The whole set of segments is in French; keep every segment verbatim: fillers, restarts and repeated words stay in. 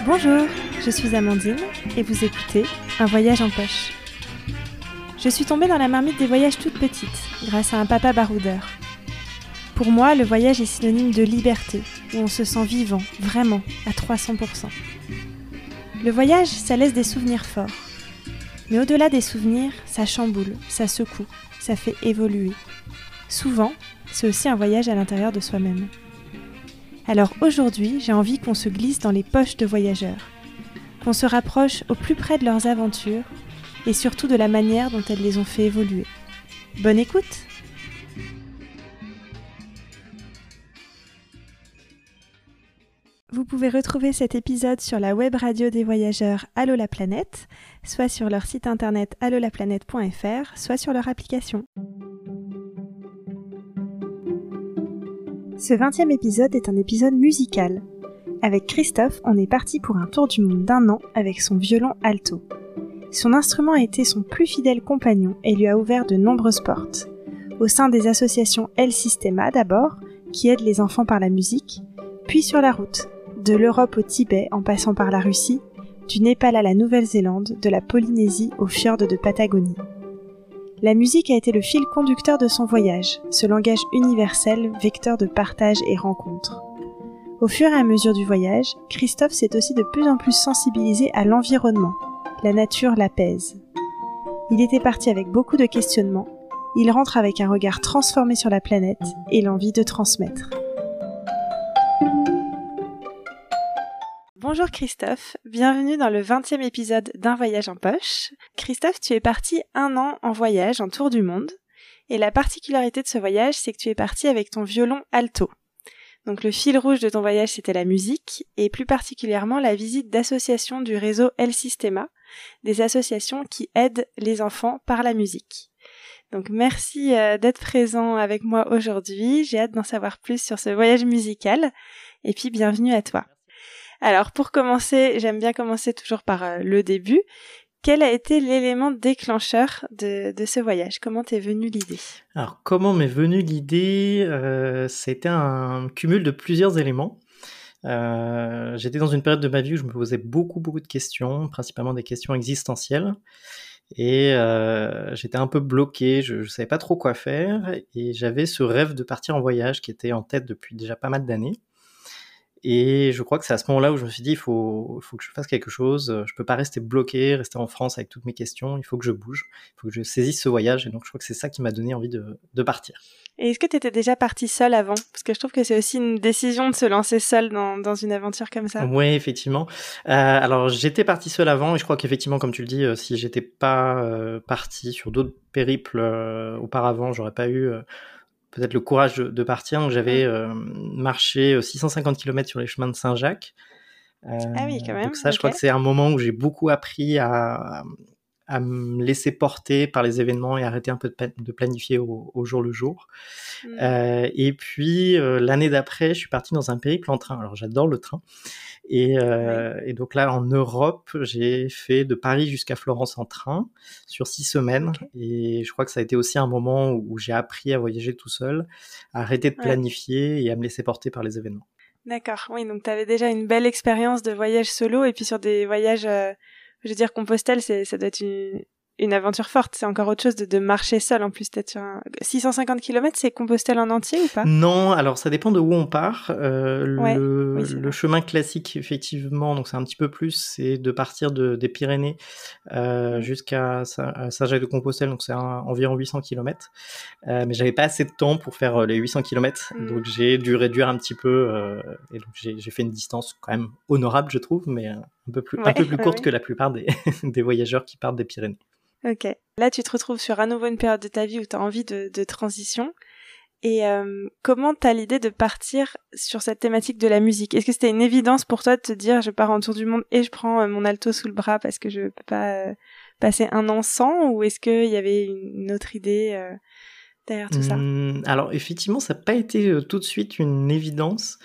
Bonjour, je suis Amandine et vous écoutez Un voyage en poche. Je suis tombée dans la marmite des voyages toute petite, grâce à un papa baroudeur. Pour moi, le voyage est synonyme de liberté, où on se sent vivant, vraiment, à trois cents pour cent. Le voyage, ça laisse des souvenirs forts. Mais au-delà des souvenirs, ça chamboule, ça secoue, ça fait évoluer. Souvent, c'est aussi un voyage à l'intérieur de soi-même. Alors aujourd'hui, j'ai envie qu'on se glisse dans les poches de voyageurs, qu'on se rapproche au plus près de leurs aventures et surtout de la manière dont elles les ont fait évoluer. Bonne écoute! Vous pouvez retrouver cet épisode sur la web radio des voyageurs Allo la planète, soit sur leur site internet allo la planète point f r, soit sur leur application. Ce vingtième épisode est un épisode musical. Avec Christophe, on est parti pour un tour du monde d'un an avec son violon alto. Son instrument a été son plus fidèle compagnon et lui a ouvert de nombreuses portes. Au sein des associations El Sistema d'abord, qui aident les enfants par la musique, puis sur la route, de l'Europe au Tibet en passant par la Russie, du Népal à la Nouvelle-Zélande, de la Polynésie aux fjords de Patagonie. La musique a été le fil conducteur de son voyage, ce langage universel, vecteur de partage et rencontre. Au fur et à mesure du voyage, Christophe s'est aussi de plus en plus sensibilisé à l'environnement. La nature l'apaise. Il était parti avec beaucoup de questionnements, il rentre avec un regard transformé sur la planète et l'envie de transmettre. Bonjour Christophe, bienvenue dans le vingtième épisode d'Un voyage en poche. Christophe, tu es parti un an en voyage, en tour du monde, et la particularité de ce voyage, c'est que tu es parti avec ton violon alto. Donc le fil rouge de ton voyage, c'était la musique, et plus particulièrement la visite d'associations du réseau El Sistema, des associations qui aident les enfants par la musique. Donc merci euh, d'être présent avec moi aujourd'hui, j'ai hâte d'en savoir plus sur ce voyage musical, et puis bienvenue à toi. Alors pour commencer, j'aime bien commencer toujours par euh, le début. Quel a été l'élément déclencheur de, de ce voyage ? Comment t'es venue l'idée ? Alors comment m'est venue l'idée ? euh, C'était un cumul de plusieurs éléments. Euh, j'étais dans une période de ma vie où je me posais beaucoup beaucoup de questions, principalement des questions existentielles. Et euh, j'étais un peu bloqué, je ne savais pas trop quoi faire. Et j'avais ce rêve de partir en voyage qui était en tête depuis déjà pas mal d'années. Et je crois que c'est à ce moment-là où je me suis dit, il faut, il faut que je fasse quelque chose, je peux pas rester bloqué, rester en France avec toutes mes questions, il faut que je bouge, il faut que je saisisse ce voyage, et donc je crois que c'est ça qui m'a donné envie de, de partir. Et est-ce que tu étais déjà partie seule avant ? Parce que je trouve que c'est aussi une décision de se lancer seule dans, dans une aventure comme ça. Oui, effectivement. Euh, alors j'étais partie seule avant, et je crois qu'effectivement, comme tu le dis, euh, si j'étais pas euh, partie sur d'autres périples euh, auparavant, j'aurais pas eu... Euh, peut-être le courage de, de partir. Donc j'avais euh, marché six cent cinquante kilomètres sur les chemins de Saint-Jacques. Euh, ah oui, quand même. Donc ça, okay. je crois que c'est un moment où j'ai beaucoup appris à, à me laisser porter par les événements et arrêter un peu de, de planifier au, au jour le jour. Mm. Euh, et puis, euh, l'année d'après, je suis parti dans un périple en train. Alors, j'adore le train. Et, euh, oui. et donc là, en Europe, j'ai fait de Paris jusqu'à Florence en train sur six semaines. Okay. Et je crois que ça a été aussi un moment où j'ai appris à voyager tout seul, à arrêter de planifier ouais. et à me laisser porter par les événements. D'accord, oui, donc tu avais déjà une belle expérience de voyage solo, et puis sur des voyages, euh, je veux dire, Compostelle, c'est, ça doit être une, une aventure forte, c'est encore autre chose de, de marcher seul, en plus, peut-être sur un... six cent cinquante kilomètres, c'est Compostelle en entier ou pas ? Non, alors ça dépend de où on part. Euh, ouais, le oui, le chemin classique, effectivement, donc c'est un petit peu plus, c'est de partir de, des Pyrénées euh, jusqu'à Saint-Jacques-de-Compostelle, donc c'est un, environ huit cents kilomètres. Euh, mais j'avais pas assez de temps pour faire les huit cents kilomètres, mm. donc j'ai dû réduire un petit peu, euh, et donc j'ai, j'ai fait une distance quand même honorable, je trouve, mais un peu plus, ouais, un peu plus courte ouais. que la plupart des, des voyageurs qui partent des Pyrénées. Ok. Là, tu te retrouves sur à nouveau une période de ta vie où tu as envie de, de transition. Et euh, comment t'as l'idée de partir sur cette thématique de la musique ? Est-ce que c'était une évidence pour toi de te dire je pars en tour du monde et je prends euh, mon alto sous le bras parce que je peux pas euh, passer un an sans ? Ou est-ce qu'il y avait une autre idée euh, derrière tout ça ? Mmh, alors effectivement, ça n'a pas été euh, tout de suite une évidence.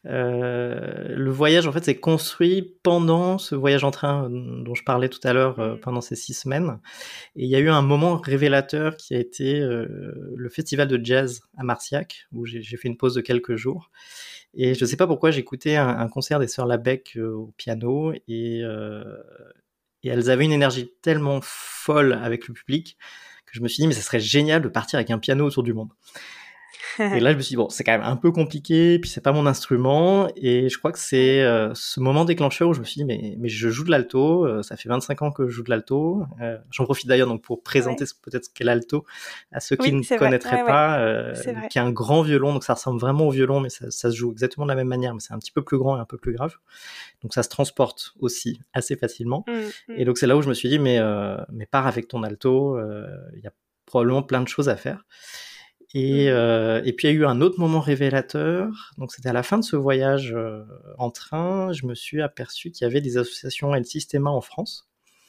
Euh, le voyage, en fait, s'est construit pendant ce voyage en train dont je parlais tout à l'heure, euh, pendant ces six semaines. Et il y a eu un moment révélateur qui a été euh, le festival de jazz à Marciac, où j'ai, j'ai fait une pause de quelques jours. Et je sais pas pourquoi j'écoutais un, un concert des Sœurs Labec euh, au piano et, euh, et elles avaient une énergie tellement folle avec le public que je me suis dit mais ça serait génial de partir avec un piano autour du monde. Et là, je me suis dit, bon, c'est quand même un peu compliqué, puis c'est pas mon instrument, et je crois que c'est euh, ce moment déclencheur où je me suis dit, mais, mais je joue de l'alto, euh, ça fait vingt-cinq ans que je joue de l'alto, euh, j'en profite d'ailleurs donc pour présenter Ouais. peut-être ce qu'est l'alto à ceux qui Oui, ne c'est vrai. connaîtraient Ouais, ouais. pas, euh, C'est vrai. qui est un grand violon, donc ça ressemble vraiment au violon, mais ça, ça se joue exactement de la même manière, mais c'est un petit peu plus grand et un peu plus grave, donc ça se transporte aussi assez facilement, Mm, mm. et donc c'est là où je me suis dit, mais, euh, mais pars avec ton alto, il euh, y a probablement plein de choses à faire. Et, Mm. euh, et puis il y a eu un autre moment révélateur, donc c'était à la fin de ce voyage euh, en train, je me suis aperçu qu'il y avait des associations El Sistema en France,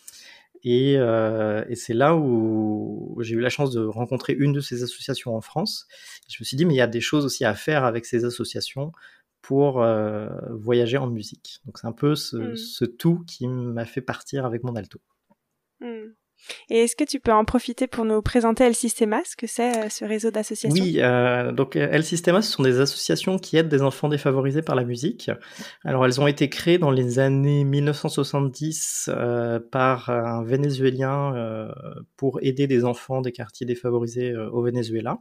et, euh, et c'est là où j'ai eu la chance de rencontrer une de ces associations en France. Je me suis dit mais il y a des choses aussi à faire avec ces associations pour euh, voyager en musique. Donc c'est un peu ce, Mm. ce tout qui m'a fait partir avec mon alto. Mm. Et est-ce que tu peux en profiter pour nous présenter El Sistema, ce que c'est, euh, ce réseau d'associations ? Oui, euh, donc El Sistema, ce sont des associations qui aident des enfants défavorisés par la musique. Alors elles ont été créées dans les années mille neuf cent soixante-dix euh, par un Vénézuélien euh, pour aider des enfants des quartiers défavorisés euh, au Venezuela.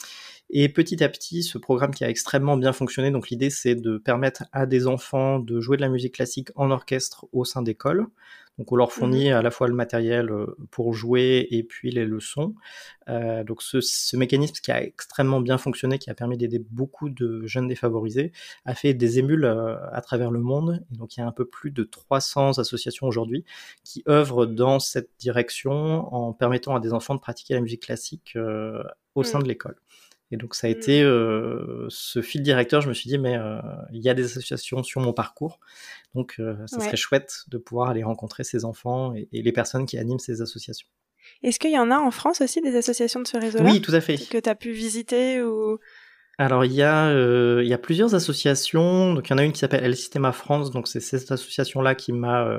Et petit à petit, ce programme qui a extrêmement bien fonctionné, donc l'idée c'est de permettre à des enfants de jouer de la musique classique en orchestre au sein d'écoles. Donc on leur fournit mmh. à la fois le matériel pour jouer et puis les leçons. Euh, donc ce, ce mécanisme qui a extrêmement bien fonctionné, qui a permis d'aider beaucoup de jeunes défavorisés, a fait des émules euh, à travers le monde. Et donc il y a un peu plus de trois cents associations aujourd'hui qui œuvrent dans cette direction en permettant à des enfants de pratiquer la musique classique euh, au sein mmh. de l'école. Et donc ça a mmh. été euh, ce fil directeur, je me suis dit mais euh, il y a des associations sur mon parcours, donc euh, ça ouais. serait chouette de pouvoir aller rencontrer ces enfants et, et les personnes qui animent ces associations. Est-ce qu'il y en a en France aussi des associations de ce réseau-là ? Oui, tout à fait. Que tu as pu visiter ou... Alors il y a euh, il y a plusieurs associations, donc il y en a une qui s'appelle El Sistema France, donc c'est cette association-là qui m'a euh,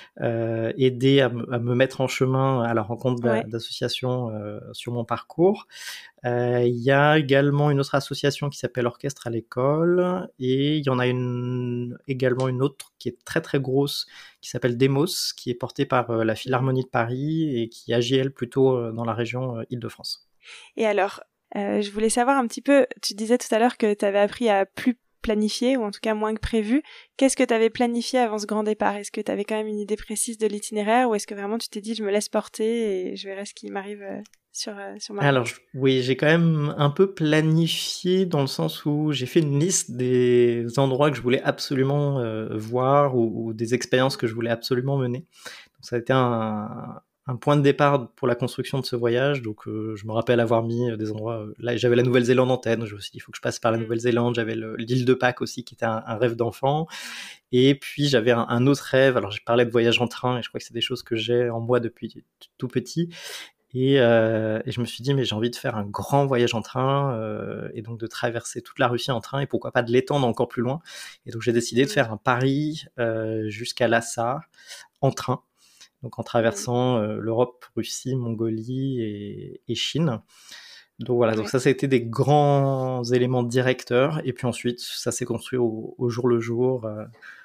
euh, aidé à, m- à me mettre en chemin à la rencontre d'a- ouais. d'associations euh, sur mon parcours. Euh, il y a également une autre association qui s'appelle Orchestre à l'école, et il y en a une, également une autre qui est très très grosse, qui s'appelle Demos, qui est portée par euh, la Philharmonie de Paris et qui agit elle plutôt euh, dans la région euh, Île-de-France. Et alors, euh, je voulais savoir un petit peu, tu disais tout à l'heure que tu avais appris à plus planifier, ou en tout cas moins que prévu. Qu'est-ce que tu avais planifié avant ce grand départ ? Est-ce que tu avais quand même une idée précise de l'itinéraire, ou est-ce que vraiment tu t'es dit je me laisse porter et je verrai ce qui m'arrive euh, sur, euh, sur ma Alors oui, j'ai quand même un peu planifié dans le sens où j'ai fait une liste des endroits que je voulais absolument euh, voir ou, ou des expériences que je voulais absolument mener. Donc ça a été un, un point de départ pour la construction de ce voyage. Donc euh, je me rappelle avoir mis des endroits... Euh, là, j'avais la Nouvelle-Zélande en tête, donc je me suis dit il faut que je passe par la Nouvelle-Zélande. J'avais le, l'île de Pâques aussi qui était un, un rêve d'enfant. Et puis j'avais un, un autre rêve. Alors j'ai parlé de voyage en train et je crois que c'est des choses que j'ai en moi depuis tout petit. Et, euh, et je me suis dit mais j'ai envie de faire un grand voyage en train euh, et donc de traverser toute la Russie en train et pourquoi pas de l'étendre encore plus loin. Et donc j'ai décidé de faire un Paris euh, jusqu'à Lhasa en train, donc en traversant euh, l'Europe, Russie, Mongolie et, et Chine. Donc voilà, ouais. donc ça ça a été des grands éléments directeurs et puis ensuite ça s'est construit au, au jour le jour. Euh,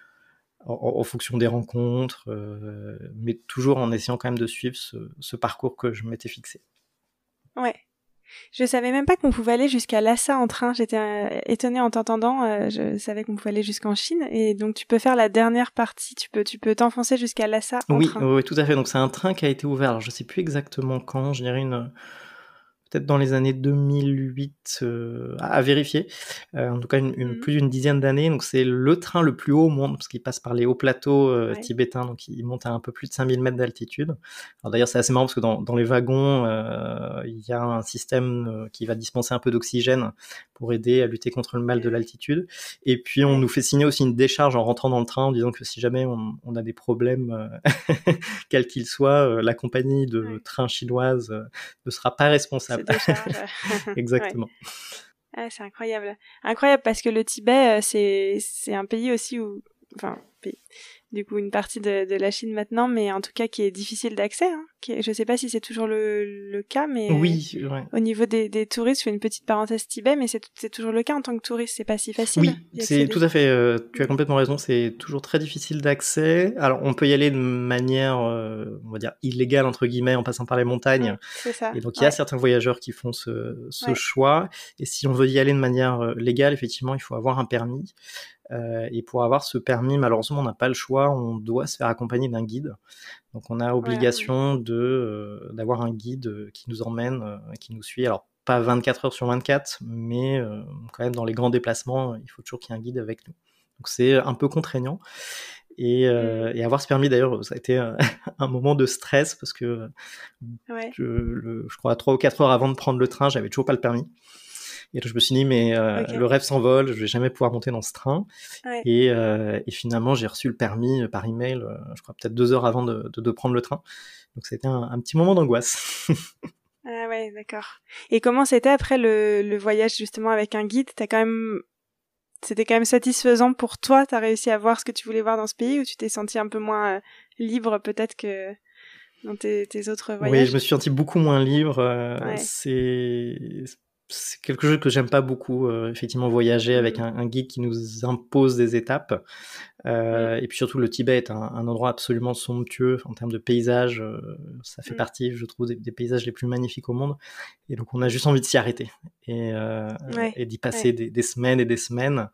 En, en fonction des rencontres, euh, mais toujours en essayant quand même de suivre ce, ce parcours que je m'étais fixé. Ouais. Je savais même pas qu'on pouvait aller jusqu'à Lhasa en train. J'étais euh, étonnée en t'entendant. Euh, je savais qu'on pouvait aller jusqu'en Chine. Et donc, tu peux faire la dernière partie. Tu peux, tu peux t'enfoncer jusqu'à Lhasa en oui, train. Oui, tout à fait. Donc, c'est un train qui a été ouvert. Alors, je sais plus exactement quand. Je dirais une... peut-être dans les années deux mille huit, euh, à vérifier, euh, en tout cas une, une, mmh. plus d'une dizaine d'années. Donc c'est le train le plus haut au monde, parce qu'il passe par les hauts plateaux euh, ouais. tibétains, donc il monte à un peu plus de cinq mille mètres d'altitude. Alors d'ailleurs c'est assez marrant, parce que dans, dans les wagons, euh, il y a un système euh, qui va dispenser un peu d'oxygène pour aider à lutter contre le mal de l'altitude. Et puis on ouais. nous fait signer aussi une décharge en rentrant dans le train, en disant que si jamais on, on a des problèmes, euh, quels qu'ils soient, euh, la compagnie de ouais. train chinoise euh, ne sera pas responsable. Exactement. Ouais. Ah, c'est incroyable. Incroyable parce que le Tibet, c'est, c'est un pays aussi où, enfin, pays. Du coup, une partie de, de la Chine maintenant, mais en tout cas qui est difficile d'accès. Hein, qui est, je sais pas si c'est toujours le, le cas, mais oui, ouais. Au niveau des, des touristes, je fais une petite parenthèse Tibet, mais c'est, c'est toujours le cas en tant que touriste, c'est pas si facile. Oui, c'est tout à fait, euh, tu as complètement raison, c'est toujours très difficile d'accès. Alors, on peut y aller de manière, euh, on va dire, illégale, entre guillemets, en passant par les montagnes. Mmh, c'est ça. Et donc, il y a ouais. certains voyageurs qui font ce, ce Ouais. choix. Et si on veut y aller de manière légale, effectivement, il faut avoir un permis. Euh, et pour avoir ce permis, malheureusement, on n'a pas le choix, on doit se faire accompagner d'un guide. Donc, on a obligation ouais, ouais. de euh, d'avoir un guide qui nous emmène, euh, qui nous suit. Alors, pas vingt-quatre heures sur vingt-quatre, mais euh, quand même dans les grands déplacements, il faut toujours qu'il y ait un guide avec nous. Donc, c'est un peu contraignant. Et, euh, mmh. et avoir ce permis, d'ailleurs, ça a été un, un moment de stress parce que ouais. je, le, je crois, trois ou quatre heures avant de prendre le train, j'avais toujours pas le permis. Et là, je me suis dit, mais euh, okay. le rêve s'envole, je vais jamais pouvoir monter dans ce train. Ouais. Et, euh, et finalement, j'ai reçu le permis par email, euh, je crois peut-être deux heures avant de, de, de prendre le train. Donc, c'était un, un petit moment d'angoisse. Ah ouais, d'accord. Et comment c'était après le, le voyage justement avec un guide? T'as quand même, c'était quand même satisfaisant pour toi? T'as réussi à voir ce que tu voulais voir dans ce pays, ou tu t'es senti un peu moins euh, libre peut-être que dans tes, tes autres voyages? Oui, je me suis senti beaucoup moins libre. Euh, ouais. C'est c'est quelque chose que j'aime pas beaucoup, euh, effectivement, voyager mmh. avec un, un guide qui nous impose des étapes. Euh, mmh. Et puis surtout, le Tibet est un, un endroit absolument somptueux en termes de paysages. Euh, ça fait mmh. partie, je trouve, des, des paysages les plus magnifiques au monde. Et donc, on a juste envie de s'y arrêter et, euh, ouais. et d'y passer ouais. des, des semaines et des semaines.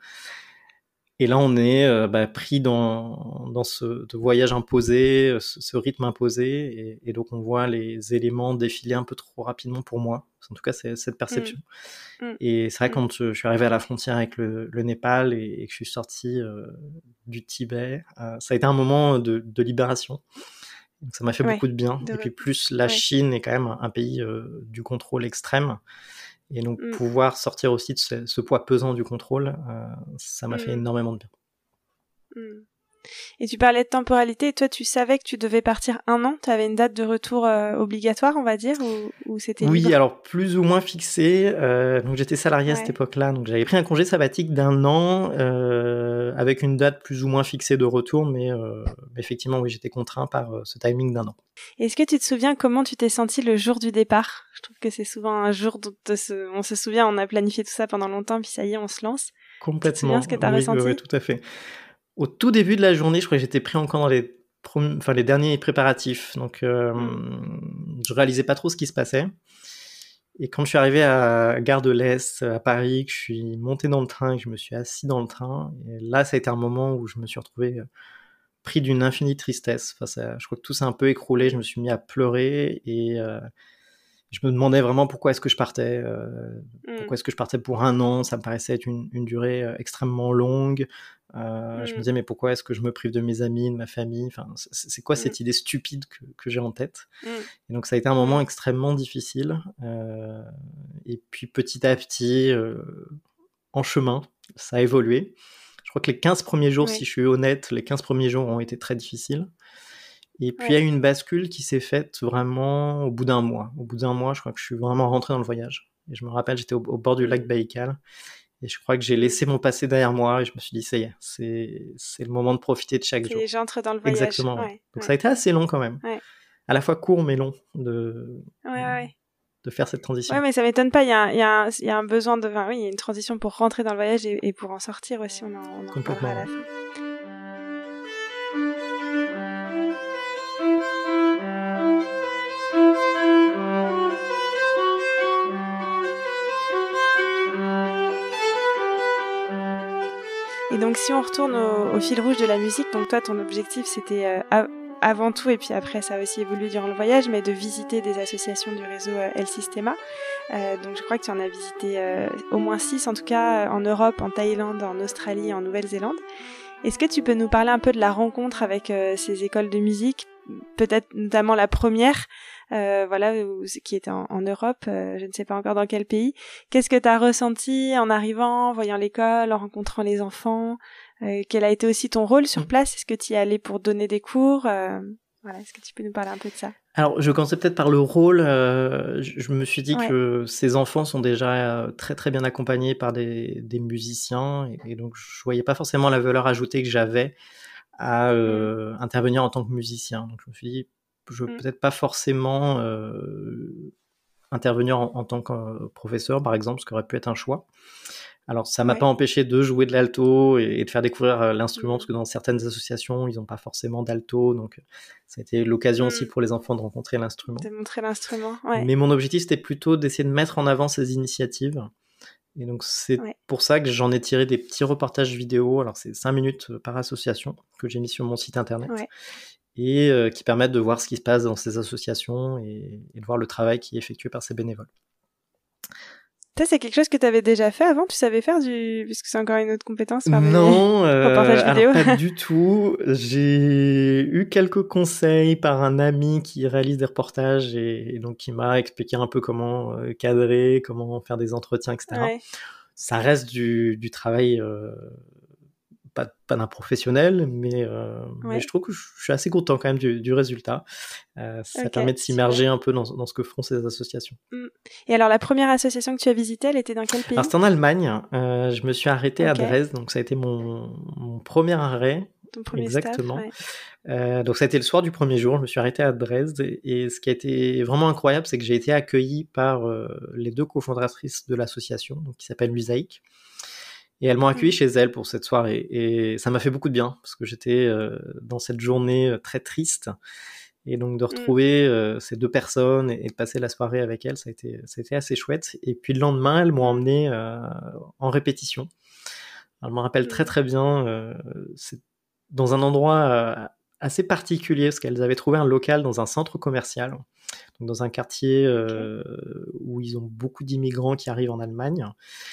Et là, on est euh, bah, pris dans, dans ce voyage imposé, ce, ce rythme imposé, et, et donc on voit les éléments défiler un peu trop rapidement pour moi. En tout cas, c'est cette perception. Mmh. Mmh. Et c'est vrai, mmh. quand je suis arrivé à la frontière avec le, le Népal et, et que je suis sorti euh, du Tibet, euh, ça a été un moment de, de libération. Donc ça m'a fait ouais, beaucoup de bien. De... Et puis plus, la ouais. Chine est quand même un, un pays euh, du contrôle extrême. Et donc, mmh. pouvoir sortir aussi de ce, ce poids pesant du contrôle, euh, ça m'a mmh. fait énormément de bien. Mmh. Et tu parlais de temporalité, et toi, tu savais que tu devais partir un an? Tu avais une date de retour euh, obligatoire, on va dire, ou, ou c'était Oui, libre? alors plus ou moins fixé. Euh, donc, j'étais salarié ouais. à cette époque-là, donc j'avais pris un congé sabbatique d'un an, euh, avec une date plus ou moins fixée de retour, mais euh, effectivement, oui, j'étais contraint par euh, ce timing d'un an. Est-ce que tu te souviens comment tu t'es senti le jour du départ? Je trouve que c'est souvent un jour dont se... on se souvient, on a planifié tout ça pendant longtemps, puis ça y est, on se lance. Complètement. Tu te souviens ce que tu as oui, ressenti? Oui, tout à fait. Au tout début de la journée, je crois que j'étais pris encore dans les, prom... enfin, les derniers préparatifs, donc euh, mmh. je réalisais pas trop ce qui se passait. Et quand je suis arrivé à Gare de l'Est, à Paris, que je suis monté dans le train, que je me suis assis dans le train, et là, ça a été un moment où je me suis retrouvé pris d'une infinie tristesse. Enfin, ça, je crois que tout s'est un peu écroulé, je me suis mis à pleurer, et euh, je me demandais vraiment pourquoi est-ce que je partais, euh, mmh. pourquoi est-ce que je partais pour un an, ça me paraissait être une, une durée euh, extrêmement longue. Euh, mmh. Je me disais, mais pourquoi est-ce que je me prive de mes amis, de ma famille, enfin, c'est, c'est quoi mmh. cette idée stupide que, que j'ai en tête? mmh. Et donc ça a été un moment mmh. extrêmement difficile. Euh, et puis petit à petit, euh, en chemin, ça a évolué. Je crois que les quinze premiers jours, oui. si je suis honnête, les quinze premiers jours ont été très difficiles. Et puis, il ouais. y a eu une bascule qui s'est faite vraiment au bout d'un mois. Au bout d'un mois, je crois que je suis vraiment rentré dans le voyage. Et je me rappelle, j'étais au, au bord du lac Baïkal. Et je crois que j'ai laissé mon passé derrière moi. Et je me suis dit, ça y est, c'est, c'est le moment de profiter de chaque c'est jour. J'entre dans le voyage. Exactement. Ouais, Donc, ouais. ça a été assez long quand même. Ouais. À la fois court, mais long de, ouais, ouais. de faire cette transition. Ouais, mais ça m'étonne pas. Il y a, il y a, un, il y a un besoin de... Enfin, oui, il y a une transition pour rentrer dans le voyage et, et pour en sortir aussi. On en, on en Complètement. À la fin. Et donc, si on retourne au, au fil rouge de la musique, donc toi, ton objectif, c'était euh, av- avant tout, et puis après, ça a aussi évolué durant le voyage, mais de visiter des associations du réseau euh, El Sistema. Euh, donc, je crois que tu en as visité euh, au moins six, en tout cas, en Europe, en Thaïlande, en Australie et en Nouvelle-Zélande. Est-ce que tu peux nous parler un peu de la rencontre avec euh, ces écoles de musique, peut-être notamment la première, euh, voilà, où, qui était en, en Europe, euh, je ne sais pas encore dans quel pays. Qu'est-ce que tu as ressenti en arrivant, en voyant l'école, en rencontrant les enfants? euh, Quel a été aussi ton rôle sur place? Est-ce que tu y es allé pour donner des cours? euh, Voilà, est-ce que tu peux nous parler un peu de ça? Alors, je commençais peut-être par le rôle. Euh, je, je me suis dit ouais. que ces enfants sont déjà euh, très très bien accompagnés par des, des musiciens, et, et donc je voyais pas forcément la valeur ajoutée que j'avais à euh, mmh. intervenir en tant que musicien. Donc je me suis dit, je veux mmh. peut-être pas forcément euh, intervenir en, en tant que euh, professeur, par exemple, ce qui aurait pu être un choix. Alors ça m'a ouais. pas empêché de jouer de l'alto et, et de faire découvrir euh, l'instrument, mmh. parce que dans certaines associations, ils n'ont pas forcément d'alto, donc ça a été l'occasion mmh. aussi pour les enfants de rencontrer l'instrument. De montrer l'instrument, ouais. Mais mon objectif, c'était plutôt d'essayer de mettre en avant ces initiatives. Et donc c'est ouais. pour ça que j'en ai tiré des petits reportages vidéo, alors c'est cinq minutes par association, que j'ai mis sur mon site internet, ouais. et euh, qui permettent de voir ce qui se passe dans ces associations et, et de voir le travail qui est effectué par ces bénévoles. Ça, c'est quelque chose que tu avais déjà fait avant? Tu savais faire du... Puisque c'est encore une autre compétence, faire non, des euh, reportages vidéo. Alors pas du tout. J'ai eu quelques conseils par un ami qui réalise des reportages et, et donc qui m'a expliqué un peu comment euh, cadrer, comment faire des entretiens, et cetera. Ouais. Ça reste du, du travail... Euh, Pas, pas d'un professionnel, mais, euh, ouais. mais je trouve que je, je suis assez content quand même du, du résultat. Euh, ça okay, permet de s'immerger super. un peu dans, dans ce que font ces associations. Et alors, la première association que tu as visitée, elle était dans quel pays? Alors, c'était en Allemagne. Euh, je me suis arrêté okay. à Dresde, donc ça a été mon, mon premier arrêt. Ton premier Exactement. Staff, ouais. euh, donc, ça a été le soir du premier jour. Je me suis arrêté à Dresde. Et, et ce qui a été vraiment incroyable, c'est que j'ai été accueilli par euh, les deux cofondatrices de l'association, donc, qui s'appellent Musaïk. Et elles m'ont accueilli mmh. chez elles pour cette soirée. Et ça m'a fait beaucoup de bien, parce que j'étais euh, dans cette journée très triste. Et donc de retrouver mmh. euh, ces deux personnes et, et de passer la soirée avec elles, ça a été, ça a été assez chouette. Et puis le lendemain, elles m'ont emmené euh, en répétition. Alors, je me rappelle mmh. très très bien, euh, c'est dans un endroit euh, assez particulier, parce qu'elles avaient trouvé un local dans un centre commercial, donc dans un quartier euh, okay. où ils ont beaucoup d'immigrants qui arrivent en Allemagne.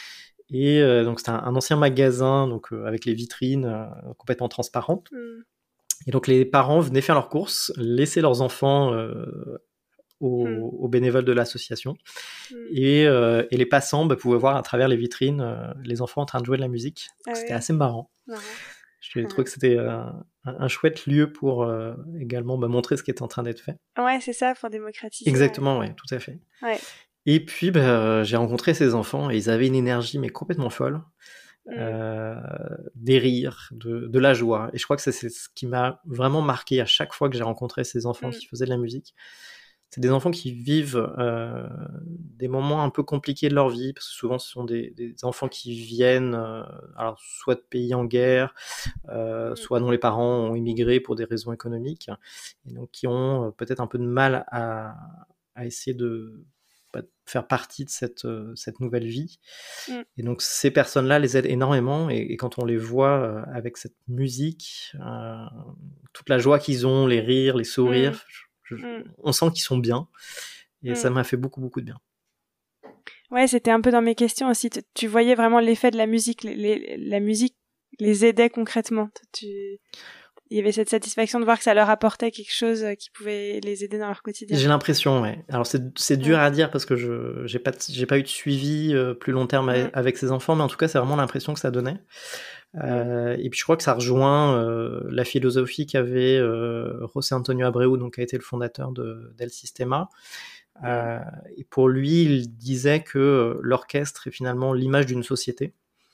Et euh, donc c'était un, un ancien magasin, donc euh, avec les vitrines euh, complètement transparentes. Mm. Et donc les parents venaient faire leurs courses, laisser leurs enfants euh, aux, mm. aux bénévoles de l'association, mm. et, euh, et les passants bah, pouvaient voir à travers les vitrines euh, les enfants en train de jouer de la musique. Ah c'était oui. assez marrant. marrant. Je mm. trouve que c'était euh, un, un chouette lieu pour euh, également bah, montrer ce qui était en train d'être fait. Ouais, c'est ça, pour démocratiser. Exactement, ouais, ouais tout à fait. Ouais. Et puis, bah, j'ai rencontré ces enfants et ils avaient une énergie mais complètement folle, mmh. euh, des rires, de, de la joie. Et je crois que c'est, c'est ce qui m'a vraiment marqué à chaque fois que j'ai rencontré ces enfants mmh. qui faisaient de la musique. C'est des enfants qui vivent euh, des moments un peu compliqués de leur vie, parce que souvent ce sont des, des enfants qui viennent euh, alors soit de pays en guerre, euh, mmh. soit dont les parents ont immigré pour des raisons économiques, et donc qui ont peut-être un peu de mal à, à essayer de faire partie de cette, euh, cette nouvelle vie. Mm. Et donc, ces personnes-là les aident énormément. Et, et quand on les voit euh, avec cette musique, euh, toute la joie qu'ils ont, les rires, les sourires, mm. je, je, mm. on sent qu'ils sont bien. Et mm. ça m'a fait beaucoup, beaucoup de bien. Ouais, c'était un peu dans mes questions aussi. Tu, tu voyais vraiment l'effet de la musique. Les, les, la musique les aidait concrètement. Tu... Il y avait cette satisfaction de voir que ça leur apportait quelque chose qui pouvait les aider dans leur quotidien. J'ai l'impression, ouais. Alors c'est, c'est dur ouais. à dire parce que je j'ai pas j'ai pas eu de suivi euh, plus long terme ouais. avec ces enfants, mais en tout cas c'est vraiment l'impression que ça donnait. Euh, ouais. Et puis je crois que ça rejoint euh, la philosophie qu'avait euh, José Antonio Abreu, donc qui a été le fondateur de d'El Sistema. Euh, et pour lui, il disait que l'orchestre est finalement l'image d'une société.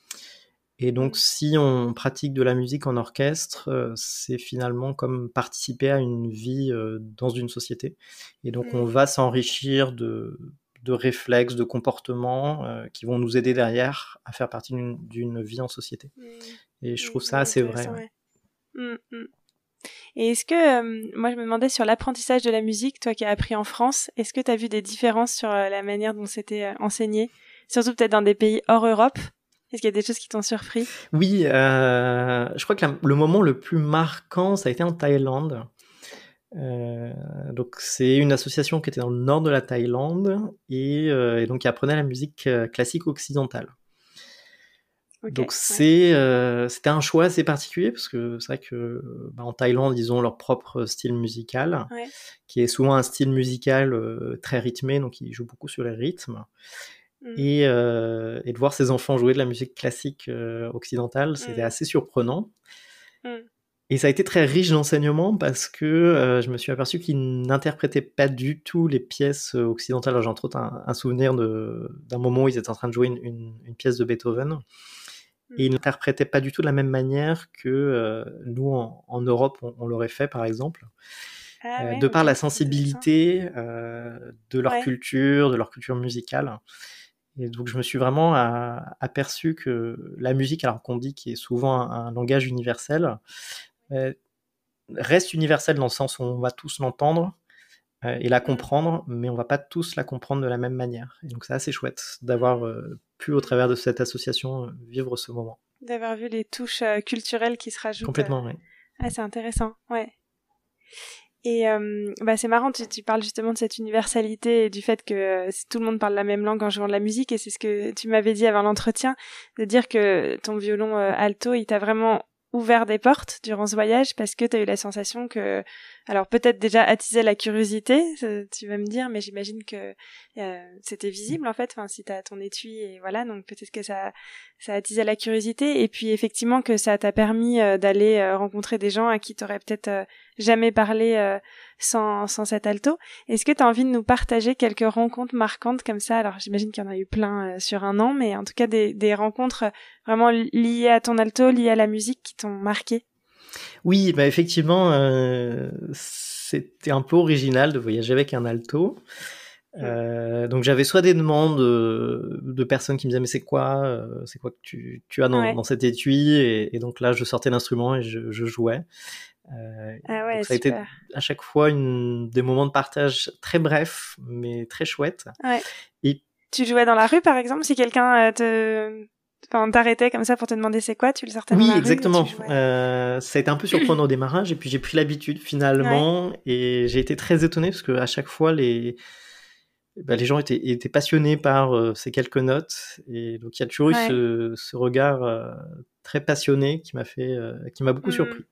Et donc, si on pratique de la musique en orchestre, euh, c'est finalement comme participer à une vie euh, dans une société. Et donc, mmh. on va s'enrichir de, de réflexes, de comportements euh, qui vont nous aider derrière à faire partie d'une, d'une vie en société. Mmh. Et je trouve mmh. ça assez vrai. Ouais. Mmh. Et est-ce que, euh, moi je me demandais sur l'apprentissage de la musique, toi qui as appris en France, est-ce que tu as vu des différences sur euh, la manière dont c'était euh, enseigné, surtout peut-être dans des pays hors Europe? Est-ce qu'il y a des choses qui t'ont surpris? Oui, euh, je crois que la, le moment le plus marquant, ça a été en Thaïlande. Euh, donc c'est une association qui était dans le nord de la Thaïlande et, euh, et donc qui apprenait la musique classique occidentale. Okay, donc c'est, ouais. euh, c'était un choix assez particulier parce que c'est vrai que bah, en Thaïlande ils ont leur propre style musical, ouais. qui est souvent un style musical euh, très rythmé, donc ils jouent beaucoup sur les rythmes. Et, euh, et de voir ces enfants jouer de la musique classique euh, occidentale, c'était mmh. assez surprenant. Mmh. Et ça a été très riche d'enseignements parce que euh, je me suis aperçu qu'ils n'interprétaient pas du tout les pièces occidentales. Alors, j'ai entre autres un, un souvenir de, d'un moment où ils étaient en train de jouer une, une, une pièce de Beethoven. Et ils n'interprétaient pas du tout de la même manière que euh, nous, en, en Europe, on, on l'aurait fait, par exemple. Ah Euh, ouais, de par ok, la intéressant. sensibilité euh, de leur Ouais. culture, de leur culture musicale. Et donc, je me suis vraiment a- aperçu que la musique, alors qu'on dit qu'il est souvent un, un langage universel, euh, reste universelle dans le sens où on va tous l'entendre euh, et la comprendre, mais on va pas tous la comprendre de la même manière. Et donc, c'est assez chouette d'avoir euh, pu, au travers de cette association, euh, vivre ce moment. D'avoir vu les touches euh, culturelles qui se rajoutent. Complètement, euh... oui. Ah, c'est intéressant, ouais. Et euh, bah c'est marrant, tu, tu parles justement de cette universalité et du fait que euh, tout le monde parle la même langue en jouant de la musique, et c'est ce que tu m'avais dit avant l'entretien, de dire que ton violon euh, alto, il t'a vraiment ouvert des portes durant ce voyage, parce que tu as eu la sensation que, alors peut-être déjà attisait la curiosité, tu vas me dire, mais j'imagine que euh, c'était visible en fait, enfin si t'as ton étui, et voilà, donc peut-être que ça ça attisait la curiosité, et puis effectivement que ça t'a permis euh, d'aller euh, rencontrer des gens à qui t'aurais peut-être euh, jamais parlé euh, sans sans cet alto. Est-ce que tu as envie de nous partager quelques rencontres marquantes comme ça? Alors j'imagine qu'il y en a eu plein euh, sur un an, mais en tout cas des des rencontres vraiment liées à ton alto, liées à la musique, qui t'ont marqué. Oui, bah effectivement, euh, c'était un peu original de voyager avec un alto. Euh, donc j'avais soit des demandes de, de personnes qui me disaient mais c'est quoi, euh, c'est quoi que tu, tu as dans, Ouais. dans cet étui, et, et donc là je sortais l'instrument et je, je jouais. Euh, Ah ouais, donc ça super. a été à chaque fois une, des moments de partage très brefs mais très chouettes. Ouais. Et tu jouais dans la rue par exemple, si quelqu'un euh, te Enfin, t'arrêtais comme ça pour te demander c'est quoi, tu le sortais oui, dans la exactement. rue et tu jouais. Euh, ça a été un peu surprenant au démarrage, et puis j'ai pris l'habitude finalement, ouais. Et j'ai été très étonné parce que à chaque fois les bah, les gens étaient, étaient passionnés par euh, ces quelques notes, et donc il y a toujours ouais. eu ce, ce regard euh, très passionné qui m'a fait, euh, qui m'a beaucoup mmh. surpris.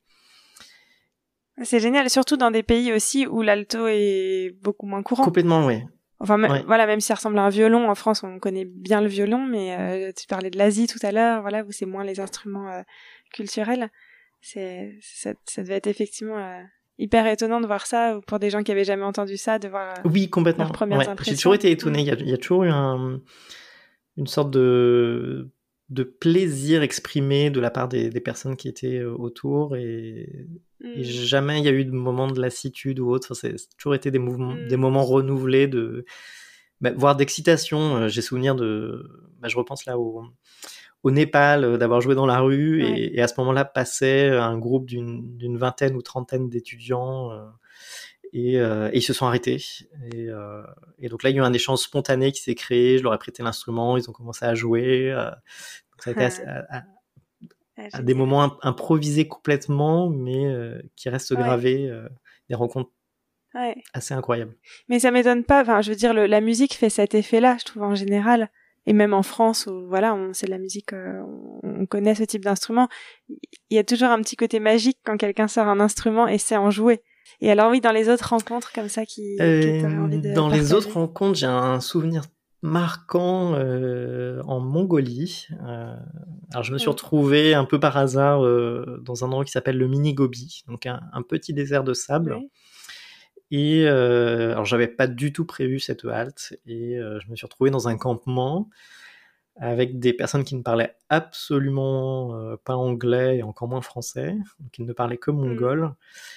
C'est génial, surtout dans des pays aussi où l'alto est beaucoup moins courant. Complètement, oui. Enfin, m- ouais. voilà, même si ça ressemble à un violon, en France, on connaît bien le violon, mais euh, tu parlais de l'Asie tout à l'heure, voilà, où c'est moins les instruments euh, culturels. C'est, ça, ça devait être effectivement euh, hyper étonnant de voir ça, ou pour des gens qui avaient jamais entendu ça, de voir euh, oui, complètement. leurs premières ouais. impressions. J'ai toujours été étonné. Il mmh. y, a, il y a toujours eu un, une sorte de, de plaisir exprimé de la part des, des personnes qui étaient autour, et, mmh. et jamais il y a eu de moment de lassitude ou autre. Enfin, c'est, c'est toujours été des, mouvements, mmh. des moments renouvelés de, bah, voire d'excitation. J'ai souvenir de, bah, je repense là au, au Népal, d'avoir joué dans la rue, ouais. et, et à ce moment-là passait un groupe d'une, d'une vingtaine ou trentaine d'étudiants. Euh, Et, euh, et ils se sont arrêtés. Et, euh, et donc là, il y a eu un échange spontané qui s'est créé. Je leur ai prêté l'instrument, ils ont commencé à jouer. Euh, donc ça a été assez, à, à, à des moments imp- improvisés complètement, mais euh, qui restent gravés. Ouais. Euh, des rencontres ouais. assez incroyables. Mais ça m'étonne pas. Enfin, je veux dire, le, la musique fait cet effet-là, je trouve, en général. Et même en France, où voilà, on c'est de la musique, euh, on connaît ce type d'instrument. Il y a toujours un petit côté magique quand quelqu'un sort un instrument et sait en jouer. Et alors oui, dans les autres rencontres comme ça qui, euh, que t'aurais envie de Dans partager. les autres rencontres, j'ai un souvenir marquant euh, en Mongolie. Euh, alors je me suis mmh. retrouvé un peu par hasard euh, dans un endroit qui s'appelle le Mini-Gobi, donc un, un petit désert de sable. Oui. Et euh, alors j'avais pas du tout prévu cette halte, et euh, je me suis retrouvé dans un campement avec des personnes qui ne parlaient absolument euh, pas anglais et encore moins français, donc ils ne parlaient que mongol. Mmh.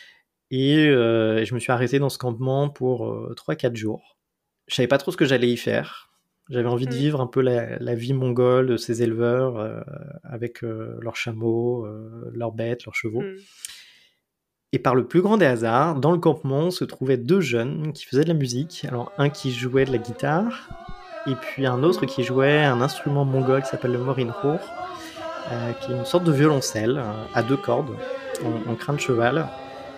Et euh, je me suis arrêté dans ce campement pour euh, trois quatre jours. Je savais pas trop ce que j'allais y faire. J'avais envie mmh. de vivre un peu la, la vie mongole de ces éleveurs, euh, avec euh, leurs chameaux, euh, leurs bêtes, leurs chevaux. Mmh. Et par le plus grand des hasards, dans le campement se trouvaient deux jeunes qui faisaient de la musique. Alors un qui jouait de la guitare, et puis un autre qui jouait un instrument mongol qui s'appelle le morinhour, euh, qui est une sorte de violoncelle euh, à deux cordes, en, en crin de cheval.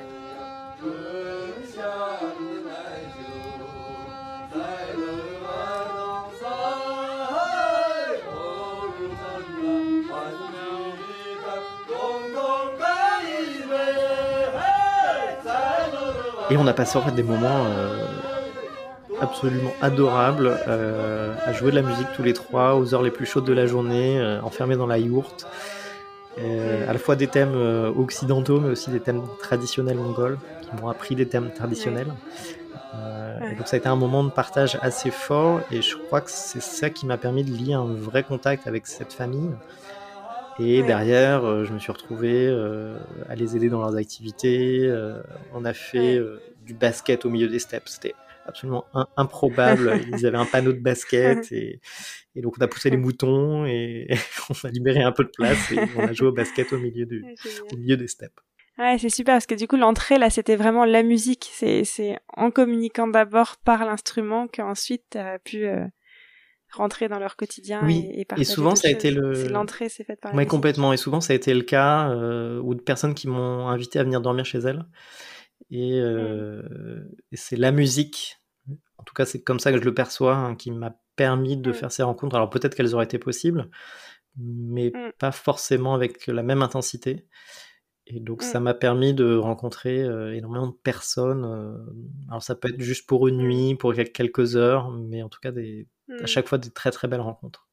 Et on a passé en fait des moments euh, absolument adorables euh, à jouer de la musique tous les trois aux heures les plus chaudes de la journée, euh, enfermés dans la yourte. Euh, à la fois des thèmes euh, occidentaux, mais aussi des thèmes traditionnels mongols, qui m'ont appris des thèmes traditionnels. Euh, ouais. Et donc ça a été un moment de partage assez fort, et je crois que c'est ça qui m'a permis de lier un vrai contact avec cette famille. Et Ouais. derrière, euh, je me suis retrouvé euh, à les aider dans leurs activités. Euh, on a fait Ouais. euh, du basket au milieu des steps. C'était absolument in- improbable. Ils avaient un panneau de basket et, et donc on a poussé les moutons et on a libéré un peu de place et on a joué au basket au milieu, du, Génial. au milieu des steps. Ouais, c'est super parce que du coup l'entrée là c'était vraiment la musique. C'est c'est en communiquant d'abord par l'instrument qu'ensuite t'as pu euh, rentrer dans leur quotidien Oui, et, et et partager souvent d'autres ça a été choses. C'est le... l'entrée, c'est faite par la Oui, musique. complètement. Et souvent ça a été le cas euh, ou de personnes qui m'ont invité à venir dormir chez elles. Et, Mm. euh, et c'est la musique, en tout cas c'est comme ça que je le perçois, hein, qui m'a permis de Mm. faire ces rencontres. Alors peut-être qu'elles auraient été possibles, mais Mm. pas forcément avec la même intensité. Et donc Mm. ça m'a permis de rencontrer euh, énormément de personnes. euh, alors ça peut être juste pour une Mm. nuit, pour quel- quelques heures, mais en tout cas des, à Mm. chaque fois des très très belles rencontres.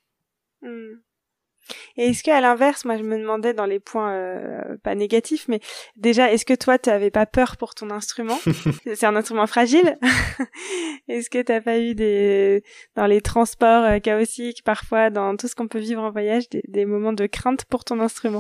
Mm. Et est-ce qu'à l'inverse, moi je me demandais dans les points euh, pas négatifs, mais déjà, est-ce que toi tu avais pas peur pour ton instrument? C'est un instrument fragile. Est-ce que t'as pas eu des dans les transports euh, chaotiques, parfois dans tout ce qu'on peut vivre en voyage, des, des moments de crainte pour ton instrument?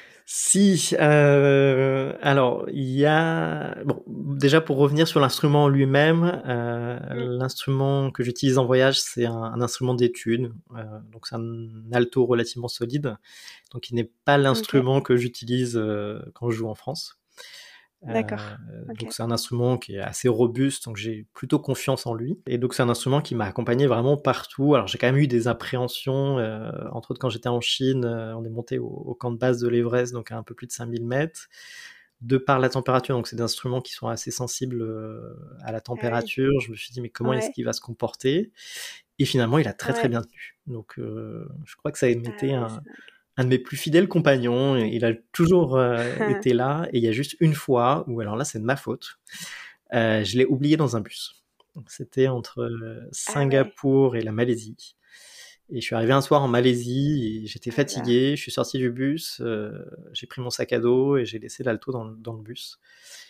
Si, euh, alors il y a bon déjà pour revenir sur l'instrument lui-même, euh, Mm. l'instrument que j'utilise en voyage c'est un, un instrument d'étude, euh, donc c'est un alto relativement solide, donc il n'est pas Ok, l'instrument que j'utilise euh, quand je joue en France. Euh, d'accord. Ok. donc c'est un instrument qui est assez robuste, donc j'ai plutôt confiance en lui. Et donc c'est un instrument qui m'a accompagné vraiment partout. Alors j'ai quand même eu des appréhensions, euh, entre autres quand j'étais en Chine, euh, on est monté au, au camp de base de l'Everest, donc à un peu plus de cinq mille mètres. De par la température, donc c'est des instruments qui sont assez sensibles euh, à la Ah oui. température. Je me suis dit mais comment est-ce Ouais. qu'il va se comporter? Et finalement il a très très Ouais. bien tenu. Donc euh, je crois que ça a Ah été oui, un, c'est un de mes plus fidèles compagnons. Il a toujours euh, dingue. été là. Et il y a juste une fois où, alors là, c'est de ma faute, euh, je l'ai oublié dans un bus. Donc, c'était entre euh, Ah ouais. Singapour et la Malaisie. Et je suis arrivé un soir en Malaisie et j'étais Ah là. fatigué. Je suis sorti du bus, euh, j'ai pris mon sac à dos et j'ai laissé l'alto dans, le- dans le bus.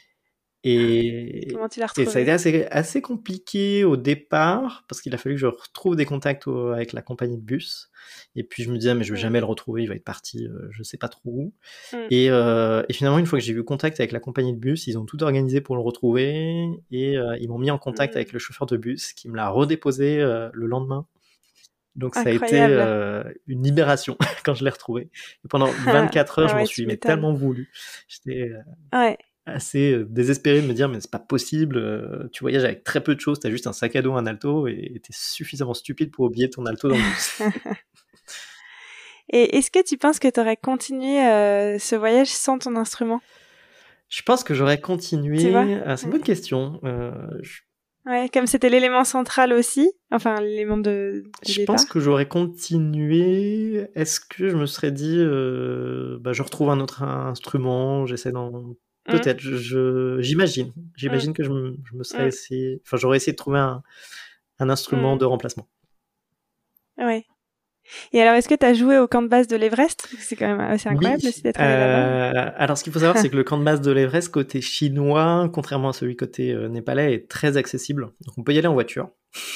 Et, Comment tu l'as et ça a été retrouvé? assez, assez compliqué au départ, parce qu'il a fallu que je retrouve des contacts au- avec la compagnie de bus. Et puis je me disais, mais je vais Mm. jamais le retrouver, il va être parti, euh, je sais pas trop où. Mm. Et, euh, et finalement, une fois que j'ai eu contact avec la compagnie de bus, ils ont tout organisé pour le retrouver. Et euh, ils m'ont mis en contact avec Mm. le chauffeur de bus, qui me l'a redéposé euh, le lendemain. Donc ça a été Incroyable. euh, une libération quand je l'ai retrouvé. Et pendant vingt-quatre heures, Ah je m'en ouais, suis tu mais, m'étonnes. tellement voulu. J'étais euh, Ouais. assez euh, désespéré de me dire mais c'est pas possible, euh, tu voyages avec très peu de choses, t'as juste un sac à dos, un alto et t'es suffisamment stupide pour oublier ton alto dans le bus. Et est-ce que tu penses que tu aurais continué euh, ce voyage sans ton instrument? Je pense que j'aurais Tu vois? continué. Ah, c'est une Ouais. bonne question. Euh, je, Ouais, comme c'était l'élément central aussi, enfin l'élément de, de je pense départ. que j'aurais continué. Est-ce que je me serais dit euh, bah, je retrouve un autre instrument, j'essaie d'en. Mm. Peut-être, je, je- j'imagine. Mm. J'imagine que je me, je me serais Mm. essayé. Enfin, j'aurais essayé de trouver un, un instrument Mm. de remplacement. Ouais. Et alors, est-ce que tu as joué au camp de base de l'Everest? C'est quand même assez Oui. incroyable aussi d'être allé là-bas. Euh, alors, ce qu'il faut savoir, c'est que le camp de base de l'Everest côté chinois, contrairement à celui côté euh, népalais, est très accessible. Donc, on peut y aller en voiture.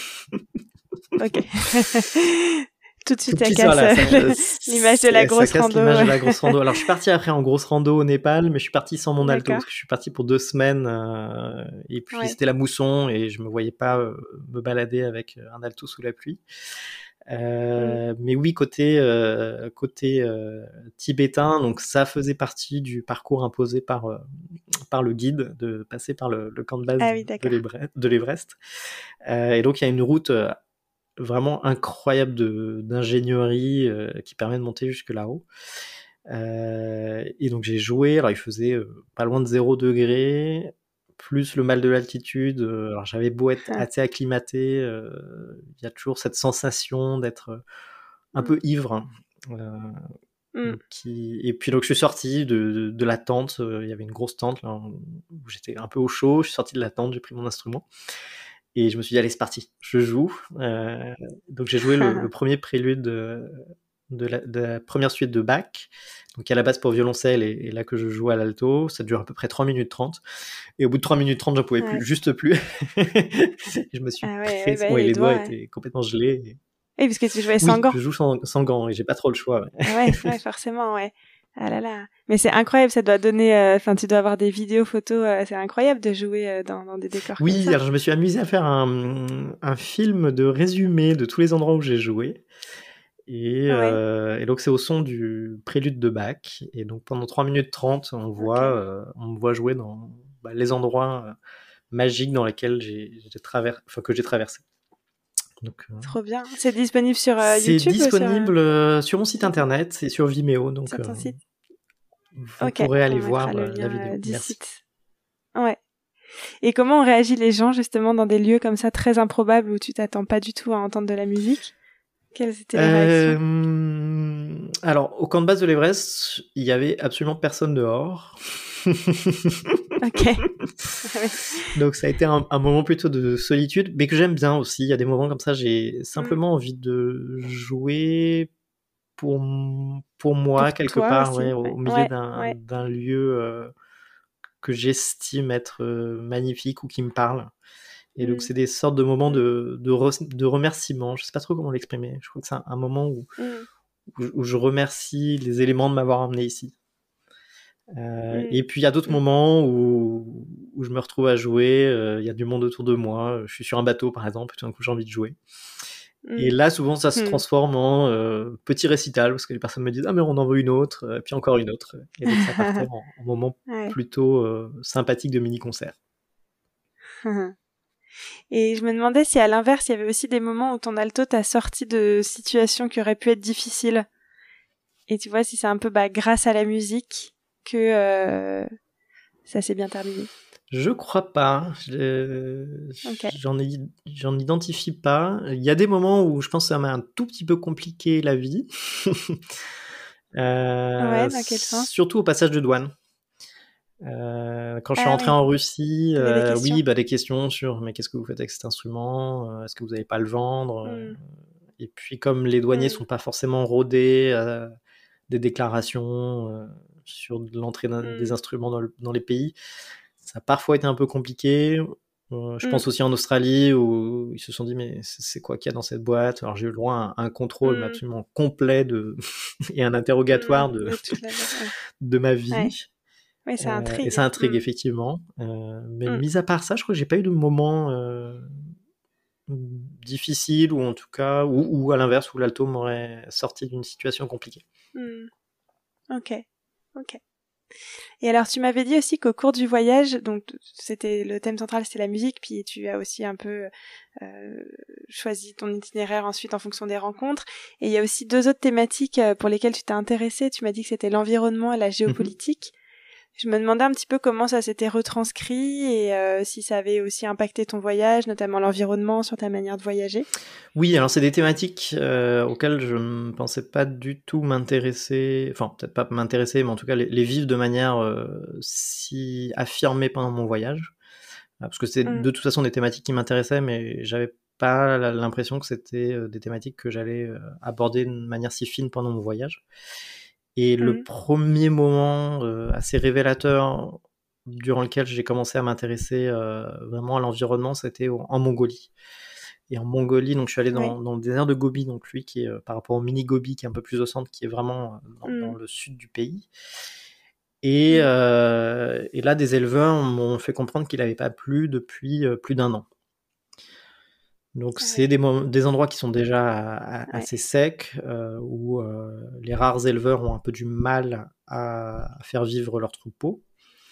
Ok. Tout de Tout suite, de ça suite, casse voilà, euh, ça, le- l'image de la c'est- ça grosse casse rando. l'image de Ouais. la grosse rando. Alors, je suis parti après en grosse rando au Népal, mais je suis parti sans mon alto parce D'accord. que je suis parti pour deux semaines euh, et puis Ouais. c'était la mousson et je me voyais pas euh, me balader avec un alto sous la pluie. Mm. Euh, mais oui, côté euh, côté euh, tibétain, donc ça faisait partie du parcours imposé par euh, par le guide de passer par le, le camp de base Ah de, oui, de d'accord. l'Everest. de l'Everest. Euh, et donc il y a une route euh, vraiment incroyable de, d'ingénierie euh, qui permet de monter jusque là-haut. Euh, et donc j'ai joué, alors il faisait euh, pas loin de zéro degré, plus le mal de l'altitude. Euh, alors j'avais beau être Ah. assez acclimaté, euh, il y a toujours cette sensation d'être un Mm. peu ivre. Hein. Euh, Mm. donc, qui... Et puis donc je suis sorti de, de, de la tente, euh, il y avait une grosse tente là, où j'étais un peu au chaud, je suis sorti de la tente, j'ai pris mon instrument. Et je me suis dit, allez, c'est parti, je joue. Euh, donc j'ai joué le, le premier prélude de, de, la, de, la, première suite de Bach, donc qui est à la base pour violoncelle, et, et là que je joue à l'alto. Ça dure à peu près trois minutes trente. Et au bout de trois minutes trente, j'en pouvais plus, Ouais. juste plus. Et je me suis Ah ouais, ouais, pressé. bah, Ouais, les les doigts doigts. Ouais. étaient complètement gelés. Oui, parce que tu jouais sans Oui, gants. je joue sans, sans gants et j'ai pas trop le choix. Ouais, ouais, ouais, forcément, ouais. Ah là là. Mais c'est incroyable, ça doit donner... Enfin, euh, tu dois avoir des vidéos, photos, euh, c'est incroyable de jouer euh, dans, dans des décors oui, comme ça. alors je me suis amusé à faire un, un film de résumé de tous les endroits où j'ai joué. Et, ouais. euh, et donc c'est au son du prélude de Bach. Et donc pendant trois minutes trente, on, voit, okay. euh, on me voit jouer dans bah, les endroits euh, magiques dans lesquels j'ai, j'ai traver... enfin, que j'ai traversé. Donc, euh, trop bien. C'est disponible sur euh, c'est YouTube C'est disponible sur... Euh, sur mon site internet et sur Vimeo. Donc, sur ton euh, site. vous Ok, pourrez aller on voir mettra le euh, lien la vidéo. euh, du Merci. site. Ouais. Et comment ont réagi les gens justement dans des lieux comme ça très improbables où tu t'attends pas du tout à entendre de la musique? Quelles étaient les réactions? euh... Alors, au camp de base de l'Everest, il y avait absolument personne dehors. Ok. Donc ça a été un, un moment plutôt de solitude, mais que j'aime bien aussi. Il y a des moments comme ça, j'ai simplement mm. envie de jouer pour, pour moi, pour quelque toi part, aussi. ouais, au, ouais. au milieu ouais, d'un, ouais. d'un lieu euh, que j'estime être euh, magnifique ou qui me parle. Et mm. donc c'est des sortes de moments mm. de, de, re, de remerciement. Je sais pas trop comment l'exprimer. Je crois que c'est un, un moment où, mm. où, où je remercie les éléments de m'avoir emmené ici. Euh, mmh. Et puis il y a d'autres mmh. moments où, où je me retrouve à jouer, il euh, y a du monde autour de moi, je suis sur un bateau par exemple, et tout d'un coup j'ai envie de jouer. Mmh. Et là souvent ça se mmh. transforme en euh, petit récital, parce que les personnes me disent « Ah mais on en veut une autre, et puis encore une autre ». Et donc ça partait en, en moment ouais. plutôt euh, sympathique de mini-concert. Et je me demandais si à l'inverse il y avait aussi des moments où ton alto t'a sorti de situations qui auraient pu être difficiles. Et tu vois si c'est un peu bah, grâce à la musique que euh, ça s'est bien terminé. Je crois pas. Je, okay. J'en, ai, j'en identifie pas. Il y a des moments où je pense que ça m'a un tout petit peu compliqué la vie. euh, ouais, dans quel sens ? Surtout au passage de douane. Euh, quand je suis ah, rentré oui. en Russie, euh, des oui, bah, des questions sur mais qu'est-ce que vous faites avec cet instrument ? Est-ce que vous n'allez pas le vendre ? mm. Et puis comme les douaniers mm. sont pas forcément rodés à des déclarations euh, sur l'entrée mm. des instruments dans, le, dans les pays, ça a parfois été un peu compliqué. Euh, je mm. pense aussi en Australie où ils se sont dit mais c'est, c'est quoi qu'il y a dans cette boîte ? Alors j'ai eu le droit à un, un contrôle mm. absolument complet de et un interrogatoire mm. de, de ma vie. Ouais. Oui, ça intrigue. Euh, et ça intrigue, mmh. effectivement. Euh, mais mmh. mis à part ça, je crois que j'ai pas eu de moment euh, difficile, ou en tout cas, ou, ou à l'inverse, où l'alto m'aurait sorti d'une situation compliquée. Mmh. Ok, ok. Et alors, tu m'avais dit aussi qu'au cours du voyage, donc c'était le thème central, c'était la musique, puis tu as aussi un peu euh, choisi ton itinéraire ensuite en fonction des rencontres. Et il y a aussi deux autres thématiques pour lesquelles tu t'es intéressée. Tu m'as dit que c'était l'environnement et la géopolitique. Mmh. Je me demandais un petit peu comment ça s'était retranscrit et euh, si ça avait aussi impacté ton voyage, notamment l'environnement, sur ta manière de voyager. Oui, alors c'est des thématiques euh, auxquelles je ne pensais pas du tout m'intéresser, enfin peut-être pas m'intéresser, mais en tout cas les, les vivre de manière euh, si affirmée pendant mon voyage. Parce que c'est mmh. de toute façon des thématiques qui m'intéressaient, mais j'avais pas l'impression que c'était des thématiques que j'allais aborder de manière si fine pendant mon voyage. Et mmh. le premier moment euh, assez révélateur durant lequel j'ai commencé à m'intéresser euh, vraiment à l'environnement, c'était au, en Mongolie. Et en Mongolie, donc je suis allé dans, oui. dans le désert de Gobi, donc lui qui est euh, par rapport au mini Gobi qui est un peu plus au centre, qui est vraiment dans, mmh. dans le sud du pays. Et, mmh. euh, et là, des éleveurs m'ont fait comprendre qu'il n'avait pas plu depuis euh, plus d'un an. Donc ouais. c'est des, des endroits qui sont déjà à, à, ouais. assez secs, euh, où euh, les rares éleveurs ont un peu du mal à, à faire vivre leurs troupeaux.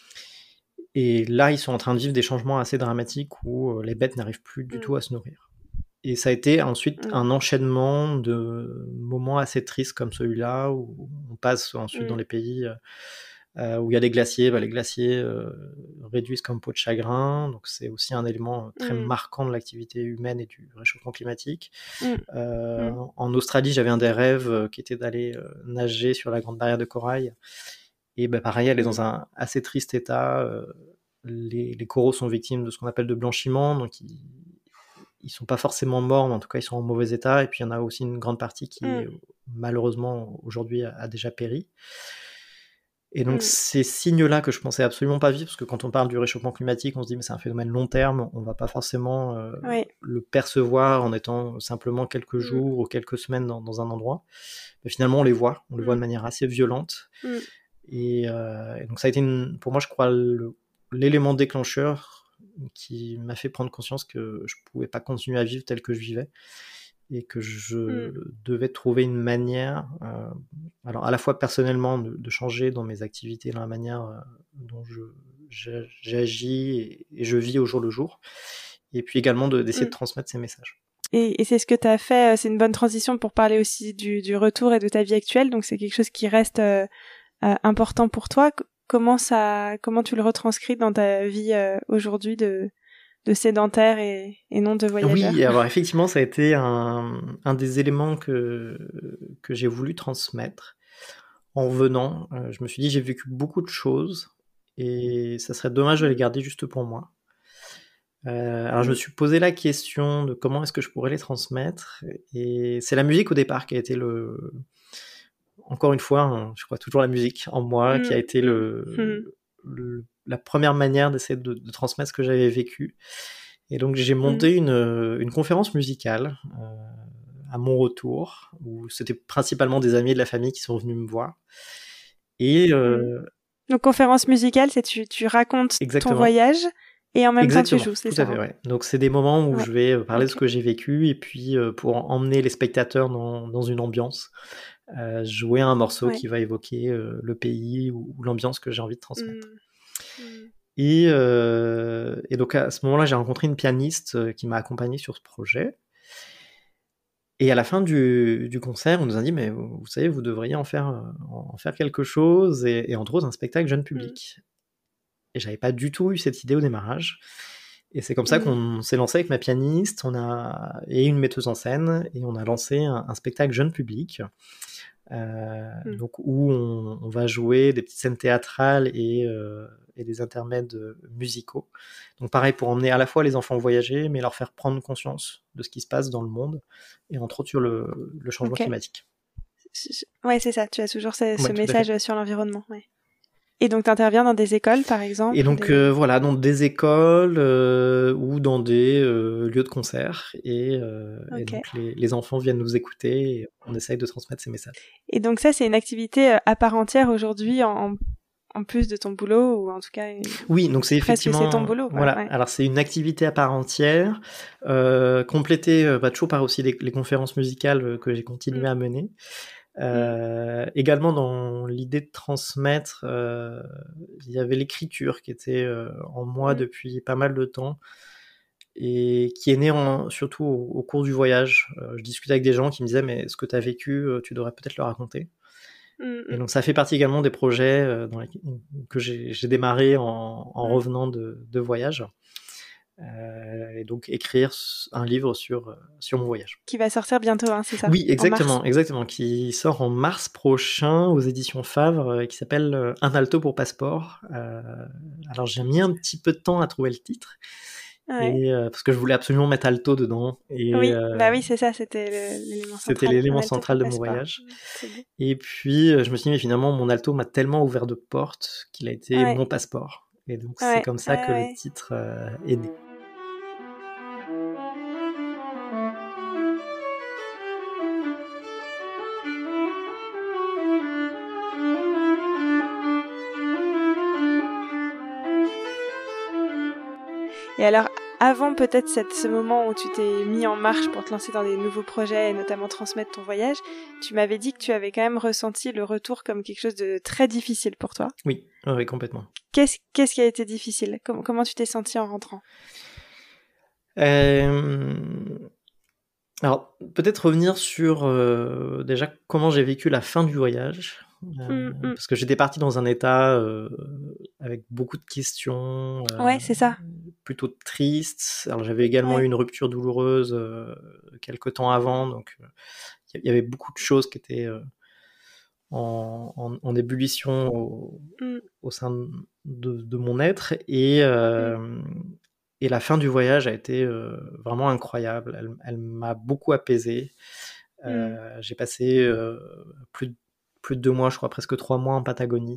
Et là, ils sont en train de vivre des changements assez dramatiques où euh, les bêtes n'arrivent plus du mmh. tout à se nourrir. Et ça a été ensuite mmh. un enchaînement de moments assez tristes comme celui-là, où on passe ensuite mmh. dans les pays... Euh, Euh, où il y a des glaciers, bah, les glaciers euh, réduisent comme peau de chagrin, donc c'est aussi un élément très mmh. marquant de l'activité humaine et du réchauffement climatique. Mmh. Euh, mmh. En Australie, j'avais un des rêves qui était d'aller euh, nager sur la Grande Barrière de Corail, et bah, pareil, elle est mmh. dans un assez triste état. Euh, les, les coraux sont victimes de ce qu'on appelle de blanchiment, donc ils ils sont pas forcément morts, mais en tout cas ils sont en mauvais état, et puis il y en a aussi une grande partie qui mmh. est, malheureusement aujourd'hui a, a déjà péri. Et donc, Mm. ces signes-là que je pensais absolument pas vivre, parce que quand on parle du réchauffement climatique, on se dit mais c'est un phénomène long terme, on va pas forcément euh, Oui. le percevoir en étant simplement quelques Mm. jours ou quelques semaines dans, dans un endroit. Mais finalement, on les voit, on les voit de Mm. manière assez violente. Mm. Et, euh, et donc, ça a été, une- pour moi, je crois, le- l'élément déclencheur qui m'a fait prendre conscience que je pouvais pas continuer à vivre tel que je vivais et que je Mm. devais trouver une manière, euh, alors à la fois personnellement de, de changer dans mes activités, dans la manière euh, dont je, j'ai- j'agis et, et je vis au jour le jour, et puis également de- d'essayer Mm. de transmettre ces messages. Et, et c'est ce que tu as fait, euh, c'est une bonne transition pour parler aussi du, du retour et de ta vie actuelle, donc c'est quelque chose qui reste euh, euh, important pour toi. C- Comment ça, comment tu le retranscris dans ta vie euh, aujourd'hui de, de sédentaire et, et non de voyageur? Oui, alors effectivement, ça a été un, un des éléments que, que j'ai voulu transmettre. En venant, euh, je me suis dit, j'ai vécu beaucoup de choses, et ça serait dommage de les garder juste pour moi. Euh, alors je me suis posé la question de comment est-ce que je pourrais les transmettre, et c'est la musique au départ qui a été le, encore une fois, hein, je crois toujours la musique en moi, qui a Mm. été Mm. le, le- la première manière d'essayer de, de transmettre ce que j'avais vécu. Et donc j'ai monté une, une conférence musicale euh, à mon retour, où c'était principalement des amis de la famille qui sont venus me voir. Et euh, Donc conférence musicale, c'est tu, tu racontes ton exactement. voyage et en même Exactement, temps tu joues, c'est tout ça à fait, hein? ouais. Donc c'est des moments où Ouais. je vais euh, parler de ce Ok. que j'ai vécu, et puis euh, pour emmener les spectateurs dans, dans une ambiance, euh, jouer un morceau Ouais. qui va évoquer euh, le pays ou, ou l'ambiance que j'ai envie de transmettre. Mm. Mm. Et, euh, et donc à ce moment-là, j'ai rencontré une pianiste euh, qui m'a accompagné sur ce projet. Et à la fin du, du concert, on nous a dit, mais vous, vous savez, vous devriez en faire, euh, en faire quelque chose, et, et entre autres un spectacle jeune public. Mm. Et j'avais pas du tout eu cette idée au démarrage. Et c'est comme ça Mm. qu'on s'est lancé avec ma pianiste, on a, et une metteuse en scène, et on a lancé un, un spectacle jeune public, euh, Mm. donc où on, on va jouer des petites scènes théâtrales et, euh, et des intermèdes musicaux. Donc pareil, pour emmener à la fois les enfants voyager, mais leur faire prendre conscience de ce qui se passe dans le monde, et entre autres sur le, le changement Ok. climatique. Ouais, c'est ça, tu as toujours ce, ce Ouais, tout à message fait. sur l'environnement. Ouais. Et donc tu interviens dans des écoles, par exemple? Et donc des... euh, voilà, dans des écoles euh, ou dans des euh, lieux de concert, et, euh, Ok. et donc les, les enfants viennent nous écouter, et on essaye de transmettre ces messages. Et donc ça, c'est une activité à part entière aujourd'hui, en, en plus de ton boulot, ou en tout cas... Une... Oui, donc c'est presque effectivement... c'est ton boulot. Quoi. Voilà, Ouais. alors c'est une activité à part entière, euh, complétée euh, bah, toujours par aussi les, les conférences musicales que j'ai continué Mm. à mener. Euh, mm. Également dans l'idée de transmettre, euh, il y avait l'écriture qui était euh, en moi mm. depuis pas mal de temps, et qui est née en, surtout au, au cours du voyage. Euh, je discutais avec des gens qui me disaient, mais ce que tu as vécu, tu devrais peut-être le raconter. Mm. Et donc ça fait partie également des projets euh, dans les, que j'ai, j'ai démarré en, en mm. revenant de, de voyage. Euh, et donc écrire un livre sur, sur mon voyage. Qui va sortir bientôt, hein, c'est ça? Oui, exactement, exactement, qui sort en mars prochain aux éditions Favre, qui s'appelle Un alto pour passeport. Euh, alors j'ai mis un petit peu de temps à trouver le titre, ouais. et, euh, parce que je voulais absolument mettre alto dedans. Et, oui, euh, bah oui, c'est ça, c'était le, l'élément central. C'était l'élément central de mon voyage. Et puis je me suis dit, mais finalement, mon alto m'a tellement ouvert de portes qu'il a été ouais. mon passeport. Et donc ouais. c'est comme ça ouais, que ouais. le titre euh, est né. Et alors, avant peut-être cette, ce moment où tu t'es mis en marche pour te lancer dans des nouveaux projets et notamment transmettre ton voyage, tu m'avais dit que tu avais quand même ressenti le retour comme quelque chose de très difficile pour toi. Oui, oui, complètement. Qu'est-ce, qu'est-ce qui a été difficile? Comment, comment tu t'es senti en rentrant? euh... Alors, peut-être revenir sur euh, déjà comment j'ai vécu la fin du voyage. Euh, mmh, parce que j'étais parti dans un état euh, avec beaucoup de questions, euh, ouais, c'est ça. plutôt triste. Alors j'avais également ouais. eu une rupture douloureuse euh, quelques temps avant, donc il euh, y avait beaucoup de choses qui étaient euh, en, en, en ébullition au, mmh. au sein de, de mon être, et euh, mmh. Et la fin du voyage a été euh, vraiment incroyable. Elle, elle m'a beaucoup apaisé. Euh, mmh. J'ai passé euh, plus, de, plus de deux mois, je crois presque trois mois en Patagonie.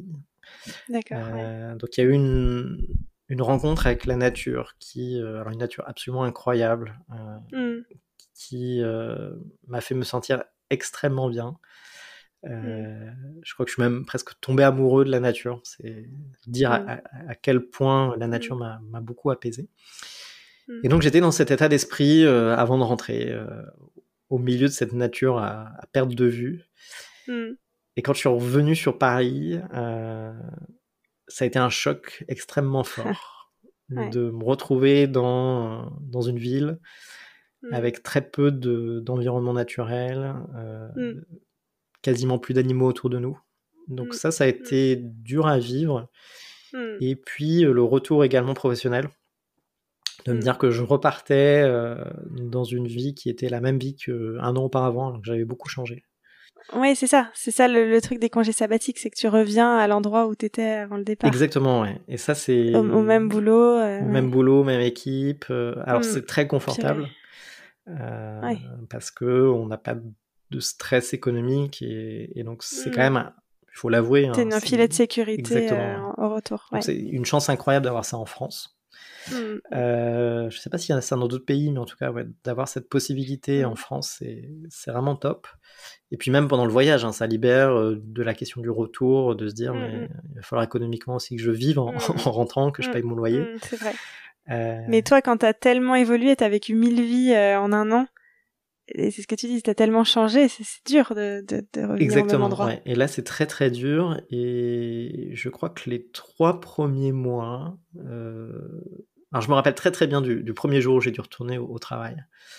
D'accord, ouais. Euh, donc il y a eu une, une rencontre avec la nature, qui, euh, alors une nature absolument incroyable, euh, Mm. qui euh, m'a fait me sentir extrêmement bien. Mm. Euh, je crois que je suis même presque tombé amoureux de la nature. C'est dire Mm. à, à- à quel point la nature Mm. m'a, m'a beaucoup apaisé. Mm. Et donc j'étais dans cet état d'esprit euh, avant de rentrer, euh, au milieu de cette nature à, à perte de vue. Mm. Et quand je suis revenu sur Paris, euh, ça a été un choc extrêmement fort Ouais. de me retrouver dans, dans une ville Mm. avec très peu de, d'environnement naturel, euh, Mm. quasiment plus d'animaux autour de nous. Donc Mm. ça, ça a été dur à vivre. Mm. Et puis euh, le retour également professionnel, de me Mm. dire que je repartais euh, dans une vie qui était la même vie qu'un an auparavant, alors que j'avais beaucoup changé. Ouais, c'est ça. C'est ça le, le truc des congés sabbatiques, c'est que tu reviens à l'endroit où t'étais avant le départ. Exactement, ouais. Et ça, c'est Au, au même boulot. Euh, même ouais. boulot, même équipe. Euh, alors Mm. c'est très Puis, ouais. confortable euh, Ouais. parce que on n'a pas de stress économique et, et donc c'est Mm. quand même, il faut l'avouer, T'es hein, un c'est filet de sécurité exactement. euh, Ouais. au retour. Donc Ouais. c'est une chance incroyable d'avoir ça en France. Mm. Euh, je sais pas s'il y en a ça dans d'autres pays, mais en tout cas, ouais, d'avoir cette possibilité Mm. en France, c'est, c'est vraiment top. Et puis même pendant le voyage, hein, ça libère euh, de la question du retour, de se dire, Mm. mais il va falloir économiquement aussi que je vive en, Mm. en rentrant, que je Mm. paye mon loyer. Mm. C'est vrai. Euh... Mais toi, quand t'as tellement évolué, t'as vécu mille vies euh, en un an, et c'est ce que tu dis, t'as tellement changé, c'est, c'est dur de, de, de revenir Exactement, au même endroit. ouais. Et là, c'est très très dur. Et je crois que les trois premiers mois, euh... alors je me rappelle très très bien du, du premier jour où j'ai dû retourner au, au travail.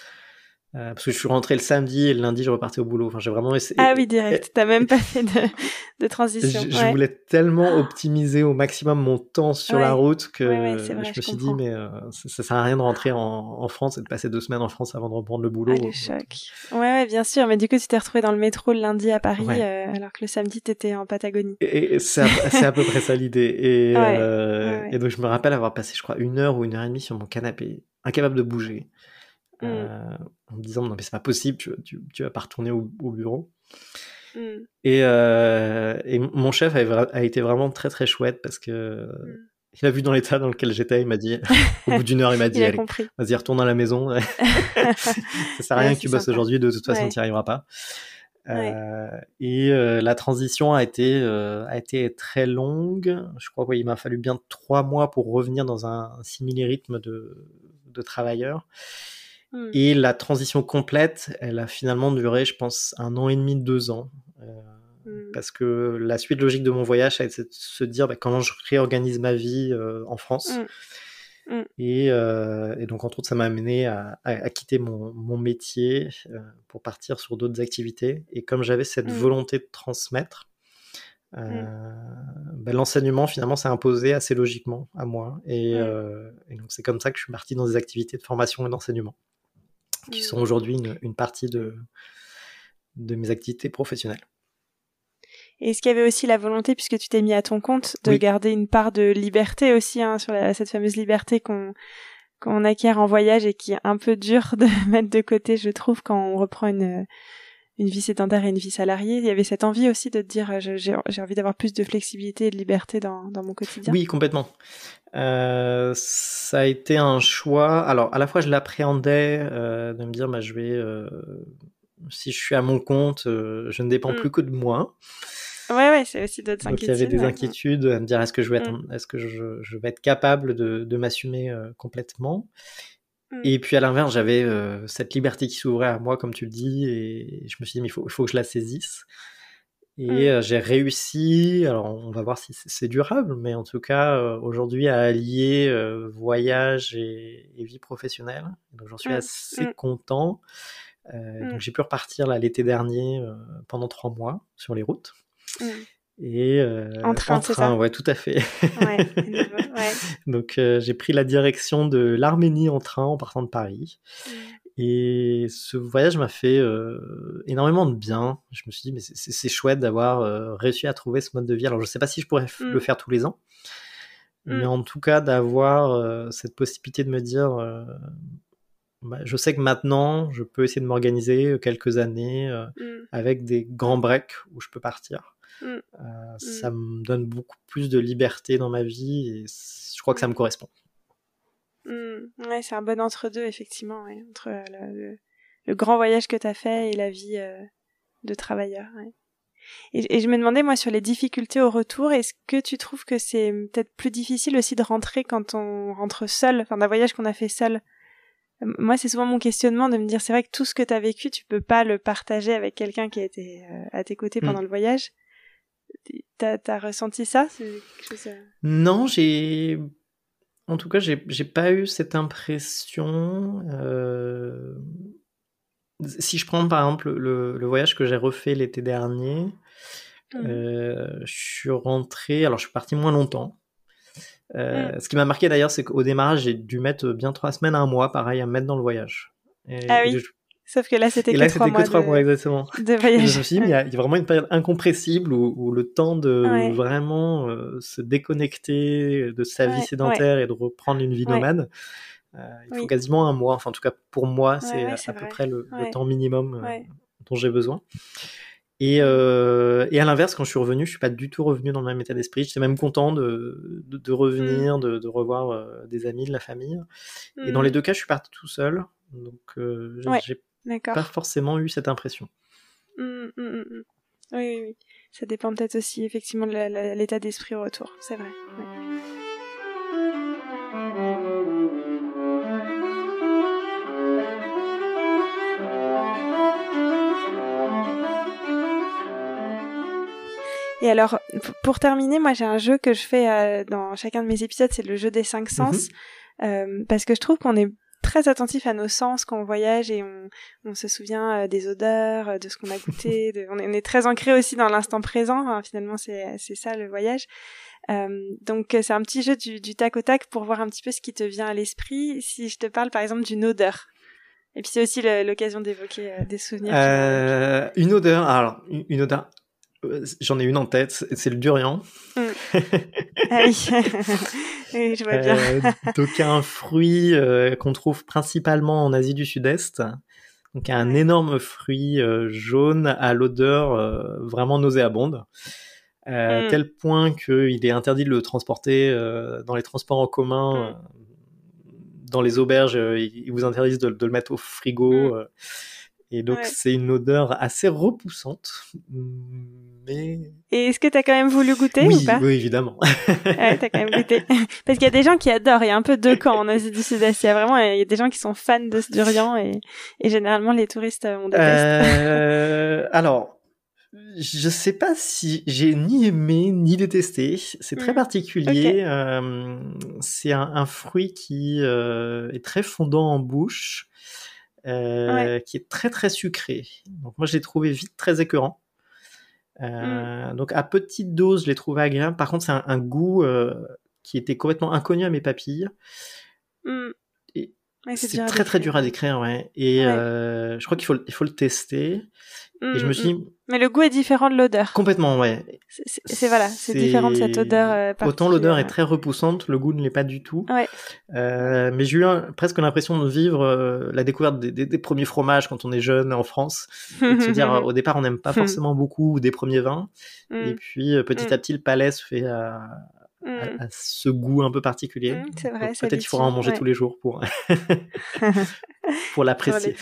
Euh, parce que je suis rentré le samedi et le lundi je repartais au boulot. Enfin, j'ai vraiment essayé. Ah oui, direct. T'as même pas fait de, de transition. Je, je Ouais. voulais tellement optimiser au maximum mon temps sur Ouais. la route que Ouais, ouais, c'est vrai, je me je suis dit, comprends. mais euh, ça, ça sert à rien de rentrer en, en France et de passer deux semaines en France avant de reprendre le boulot. Ah, le choc. Ouais, ouais, bien sûr. Mais du coup, tu t'es retrouvé dans le métro le lundi à Paris, Ouais. euh, alors que le samedi, t'étais en Patagonie. Et, et c'est, à, c'est à peu près ça l'idée. Et, Ouais. euh, Ouais, ouais. et donc je me rappelle avoir passé, je crois, une heure ou une heure et demie sur mon canapé, incapable de bouger, Mm. euh, en me disant, non mais c'est pas possible, tu, tu, tu vas pas retourner au, au bureau. Mm. Et, euh, et mon chef a, a été vraiment très très chouette parce que Mm. il a vu dans l'état dans lequel j'étais, il m'a dit, au bout d'une heure, il m'a dit, Il a allez, compris. vas-y, retourne à la maison. Ça sert à Ouais, rien que c'est tu bosses sympa. aujourd'hui, de toute façon, Ouais. tu n'y arriveras pas. Ouais. Euh, et euh, la transition a été, euh, a été très longue. Je crois qu'il m'a fallu bien trois mois pour revenir dans un simili-rythme de, de travailleur. Mm. Et la transition complète, elle a finalement duré, je pense, un an et demi, deux ans. Euh, Mm. Parce que la suite logique de mon voyage, ça a été de se dire bah, comment je réorganise ma vie euh, en France. Mm. Mm. Et, euh, et donc, entre autres, ça m'a amené à, à, à quitter mon, mon métier euh, pour partir sur d'autres activités. Et comme j'avais cette Mm. volonté de transmettre, euh, Mm. ben, l'enseignement, finalement, s'est imposé assez logiquement à moi. Et, Mm. euh, et donc, c'est comme ça que je suis parti dans des activités de formation et d'enseignement, qui Mm. sont aujourd'hui une, une partie de, de mes activités professionnelles. Et est-ce qu'il y avait aussi la volonté, puisque tu t'es mis à ton compte, de Oui. garder une part de liberté aussi, hein, sur la, cette fameuse liberté qu'on, qu'on acquiert en voyage et qui est un peu dur de mettre de côté, je trouve, quand on reprend une, une vie sédentaire et une vie salariée. Il y avait cette envie aussi de te dire, j'ai, j'ai envie d'avoir plus de flexibilité et de liberté dans, dans mon quotidien. Oui, complètement. Euh, ça a été un choix. Alors, à la fois, je l'appréhendais euh, de me dire, bah, je vais, euh, si je suis à mon compte, euh, je ne dépends mm. plus que de moi. Ouais, ouais, c'est aussi d'autres Donc, inquiétudes. il y avait des ouais. inquiétudes à me dire, est-ce que je vais être, mm. est-ce que je, je vais être capable de, de m'assumer euh, complètement. mm. Et puis, à l'inverse, j'avais euh, cette liberté qui s'ouvrait à moi, comme tu le dis, et je me suis dit, mais il faut, il faut que je la saisisse. Et mm. euh, j'ai réussi, alors on va voir si c'est, c'est durable, mais en tout cas, euh, aujourd'hui, à allier euh, voyage et, et vie professionnelle. Donc, j'en suis mm. assez mm. content. Euh, mm. Donc, j'ai pu repartir là, l'été dernier euh, pendant trois mois sur les routes. Mm. Et euh, en train, en c'est train, ça ouais, tout à fait. ouais, ouais. Donc, euh, j'ai pris la direction de l'Arménie en train en partant de Paris. Mm. Et ce voyage m'a fait euh, énormément de bien. Je me suis dit, mais c'est, c'est, c'est chouette d'avoir euh, réussi à trouver ce mode de vie. Alors, je ne sais pas si je pourrais f- mm. le faire tous les ans, mm. mais en tout cas, d'avoir euh, cette possibilité de me dire, euh, bah, je sais que maintenant, je peux essayer de m'organiser quelques années euh, mm. avec des grands breaks où je peux partir. Mmh. Euh, Mmh. ça me donne beaucoup plus de liberté dans ma vie et je crois que ça me correspond. Mmh. Ouais, c'est un bon entre-deux, effectivement, ouais, entre euh, le, le, le grand voyage que tu as fait et la vie euh, de travailleur. Ouais. Et, et je me demandais, moi, sur les difficultés au retour, est-ce que tu trouves que c'est peut-être plus difficile aussi de rentrer quand on rentre seul, enfin d'un voyage qu'on a fait seul? Moi, c'est souvent mon questionnement de me dire, c'est vrai que tout ce que tu as vécu, tu peux pas le partager avec quelqu'un qui a été euh, à tes côtés pendant mmh. le voyage. T'as, t'as ressenti ça? C'est quelque chose... Non, j'ai... En tout cas, j'ai, j'ai pas eu cette impression. Euh... Si je prends par exemple le, le voyage que j'ai refait l'été dernier, mmh. euh, je suis rentré... Alors, je suis parti moins longtemps. Euh, mmh. Ce qui m'a marqué d'ailleurs, c'est qu'au démarrage, j'ai dû mettre bien trois semaines, un mois, pareil, à me mettre dans le voyage. Et, ah oui, et je... sauf que là, c'était et que là, trois c'était mois. que trois de... mois, exactement. De voyage. Et je me suis dit, ouais. il, y a, il y a vraiment une période incompressible où, où le temps de ouais. vraiment euh, se déconnecter de sa vie ouais, sédentaire ouais. et de reprendre une vie nomade. Euh, il faut oui. quasiment un mois. Enfin, en tout cas, pour moi, ouais, c'est, ouais, à, c'est à peu vrai. près le, ouais. le temps minimum euh, ouais. dont j'ai besoin. Et, euh, et à l'inverse, quand je suis revenu, je suis pas du tout revenu dans le même état d'esprit. J'étais même content de, de, de revenir, mm. de, de revoir euh, des amis, de la famille. Mm. Et dans les deux cas, je suis parti tout seul. Donc, euh, ouais, j'ai d'accord. pas forcément eu cette impression. Mm, mm, mm. Oui, oui, oui. Ça dépend peut-être aussi, effectivement, de la, la, l'état d'esprit au retour. C'est vrai. Ouais. Et alors, pour terminer, moi j'ai un jeu que je fais euh, dans chacun de mes épisodes, c'est le jeu des cinq sens, mmh. euh, parce que je trouve qu'on est très attentif à nos sens quand on voyage et on, on se souvient euh, des odeurs, de ce qu'on a goûté, de, on, est, on est très ancré aussi dans l'instant présent, hein, finalement c'est, c'est ça le voyage. Euh, donc c'est un petit jeu du, du tac au tac pour voir un petit peu ce qui te vient à l'esprit, si je te parle par exemple d'une odeur. Et puis c'est aussi le, l'occasion d'évoquer euh, des souvenirs. Euh, une odeur, alors une, une odeur... J'en ai une en tête, c'est le durian. Mm. Ah oui, oui, je vois bien. Euh, donc un fruit euh, qu'on trouve principalement en Asie du Sud-Est. Donc un ouais. énorme fruit euh, jaune à l'odeur euh, vraiment nauséabonde. Euh, mm. Tel point qu'il est interdit de le transporter euh, dans les transports en commun. Mm. Euh, dans les auberges, euh, ils vous interdisent de, de le mettre au frigo. Mm. Euh, et donc ouais. c'est une odeur assez repoussante. Mais... Et est-ce que t'as quand même voulu goûter oui, ou pas? Oui, évidemment. Ouais, t'as quand même goûté. Parce qu'il y a des gens qui adorent, il y a un peu deux camps en Asie du Sud-Est. Il y a vraiment, il y a des gens qui sont fans de ce durian et, et généralement les touristes, on déteste. Euh, alors, je sais pas si j'ai ni aimé ni détesté. C'est très mmh. particulier. Okay. Euh, c'est un, un fruit qui euh, est très fondant en bouche, euh, ouais. qui est très très sucré. Donc moi, je l'ai trouvé vite très écœurant. Euh, mmh. Donc à petite dose, je l'ai trouvé agréable. Par contre, c'est un, un goût euh, qui était complètement inconnu à mes papilles. Mmh. Et ouais, c'est, c'est très très dur à décrire, ouais. Et ouais. Euh, je crois qu'il faut, il faut le tester. Mmh, et je me suis dit... Mais le goût est différent de l'odeur. Complètement, ouais. C'est, c'est, c'est voilà, c'est, c'est différent de cette odeur euh, particulière. Autant l'odeur est très repoussante, le goût ne l'est pas du tout. Ouais. Euh, mais j'ai eu un, presque l'impression de vivre euh, la découverte des, des, des premiers fromages quand on est jeune en France. Et de se dire, euh, au départ, on n'aime pas forcément beaucoup des premiers vins. Mm. Et puis, euh, petit mm. à petit, le palais se fait à, mm. à, à ce goût un peu particulier. Mm, c'est vrai, donc, peut-être qu'il faudra en manger ouais. tous les jours pour, pour l'apprécier.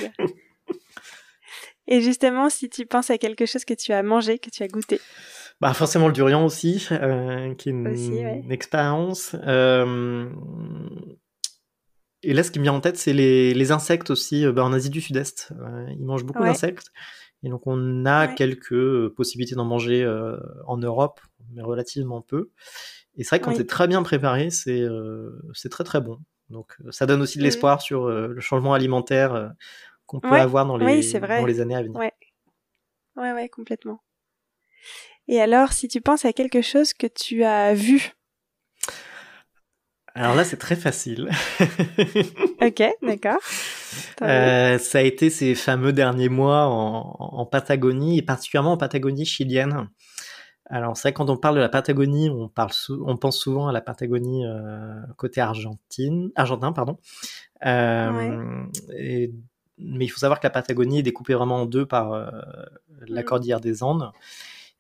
Et justement, si tu penses à quelque chose que tu as mangé, que tu as goûté. Bah forcément le durian aussi, euh, qui est une, aussi, ouais. une expérience. Euh... Et là, ce qui me vient en tête, c'est les, les insectes aussi. Bah, en Asie du Sud-Est, euh, ils mangent beaucoup ouais. d'insectes. Et donc, on a ouais. quelques possibilités d'en manger euh, en Europe, mais relativement peu. Et c'est vrai que quand oui. c'est très bien préparé, c'est, euh, c'est très très bon. Donc, ça donne aussi de l'espoir mmh. sur euh, le changement alimentaire euh, qu'on peut ouais. avoir dans les, oui, c'est vrai. dans les années à venir. Ouais, ouais, ouais, complètement. Et alors, si tu penses à quelque chose que tu as vu? Alors là, c'est très facile. Ok, d'accord. Euh, ça a été ces fameux derniers mois en, en Patagonie, et particulièrement en Patagonie chilienne. Alors, c'est vrai que quand on parle de la Patagonie, on, parle sou- on pense souvent à la Patagonie euh, côté Argentine, argentin, pardon. Euh, ouais. et, mais il faut savoir que la Patagonie est découpée vraiment en deux par euh, la cordillère des Andes.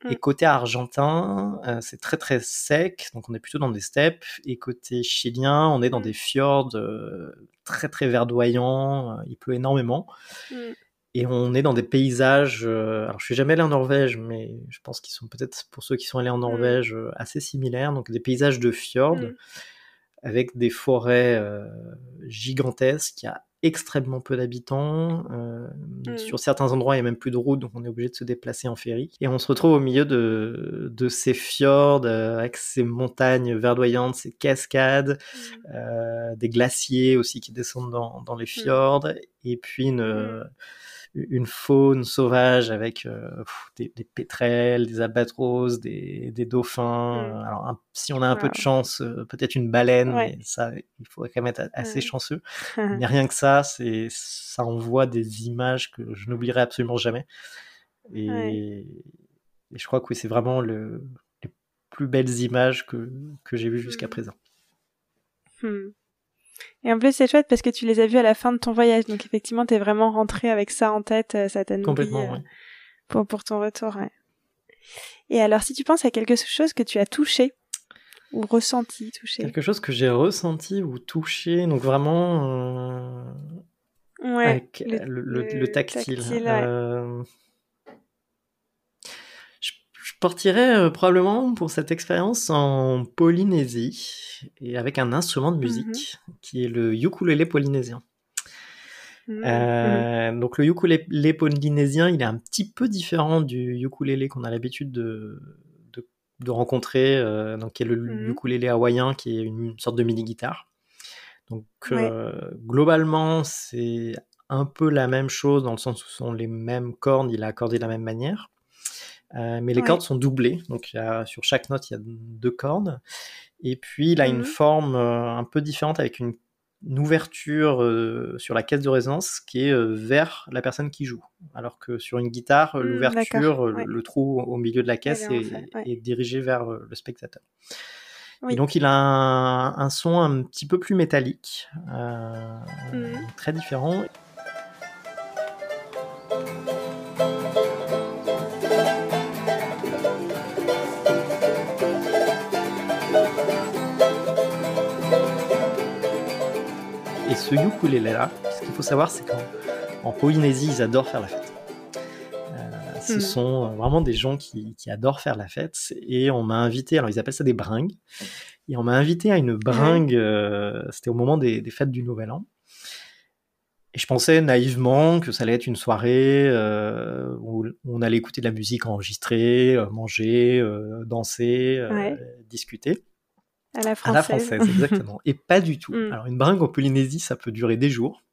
Et côté argentin, euh, c'est très très sec, donc on est plutôt dans des steppes. Et côté chilien, on est dans des fjords euh, très très verdoyants, euh, il pleut énormément. Mm. Et on est dans des paysages, euh, alors je suis jamais allé en Norvège, mais je pense qu'ils sont peut-être, pour ceux qui sont allés en Norvège, euh, assez similaires. Donc des paysages de fjords, mm. avec des forêts euh, gigantesques. Il y a extrêmement peu d'habitants. Euh, mmh. Sur certains endroits, il n'y a même plus de route, donc on est obligé de se déplacer en ferry. Et on se retrouve au milieu de, de ces fjords, euh, avec ces montagnes verdoyantes, ces cascades, mmh. euh, des glaciers aussi qui descendent dans, dans les fjords, mmh. et puis une... Mmh. une faune sauvage avec euh, pff, des, des pétrels, des albatros, des, des dauphins. Mm. Alors, un, si on a un wow. peu de chance, euh, peut-être une baleine, ouais. mais ça, il faudrait quand même être assez ouais. chanceux. Mais rien que ça, c'est, ça envoie des images que je n'oublierai absolument jamais. Et, ouais. et je crois que oui, c'est vraiment le, les plus belles images que, que j'ai vues mm. jusqu'à présent. Mm. Et en plus, c'est chouette parce que tu les as vus à la fin de ton voyage. Donc, effectivement, t'es vraiment rentré avec ça en tête, ça t'a nourri complètement, euh, oui. pour, pour ton retour. Ouais. Et alors, si tu penses à quelque chose que tu as touché ou ressenti, touché. Quelque chose que j'ai ressenti ou touché, donc vraiment euh, ouais, avec le, le, le, le tactile. tactile euh, ouais. je, je partirais euh, probablement pour cette expérience en Polynésie et avec un instrument de musique mm-hmm. qui est le ukulélé polynésien. Mmh. Euh, donc le ukulélé polynésien, il est un petit peu différent du ukulélé qu'on a l'habitude de, de, de rencontrer, euh, donc qui est le mmh. ukulélé hawaïen, qui est une, une sorte de mini-guitare. Donc ouais. euh, globalement, c'est un peu la même chose dans le sens où ce sont les mêmes cordes, il est accordé de la même manière. Euh, mais les ouais. cordes sont doublées, donc il y a, sur chaque note, il y a deux cordes. Et puis, il a mmh. une forme euh, un peu différente avec une une ouverture euh, sur la caisse de résonance qui est euh, vers la personne qui joue. Alors que sur une guitare, mmh, l'ouverture, euh, ouais. le, le trou au milieu de la caisse est, fait, ouais. est dirigé vers euh, le spectateur. Oui. Et donc il a un, un son un petit peu plus métallique, euh, mmh. très différent. Et ce ukulélé-là, ce qu'il faut savoir, c'est qu'en Polynésie, ils adorent faire la fête. Euh, ce mmh. sont vraiment des gens qui, qui adorent faire la fête. Et on m'a invité, alors ils appellent ça des bringues, et on m'a invité à une bringue, mmh. euh, c'était au moment des, des fêtes du Nouvel An. Et je pensais naïvement que ça allait être une soirée euh, où on allait écouter de la musique enregistrée, euh, manger, euh, danser, euh, ouais. discuter. À la française. À la française, exactement. Et pas du tout. Mm. Alors, une bringue en Polynésie, ça peut durer des jours.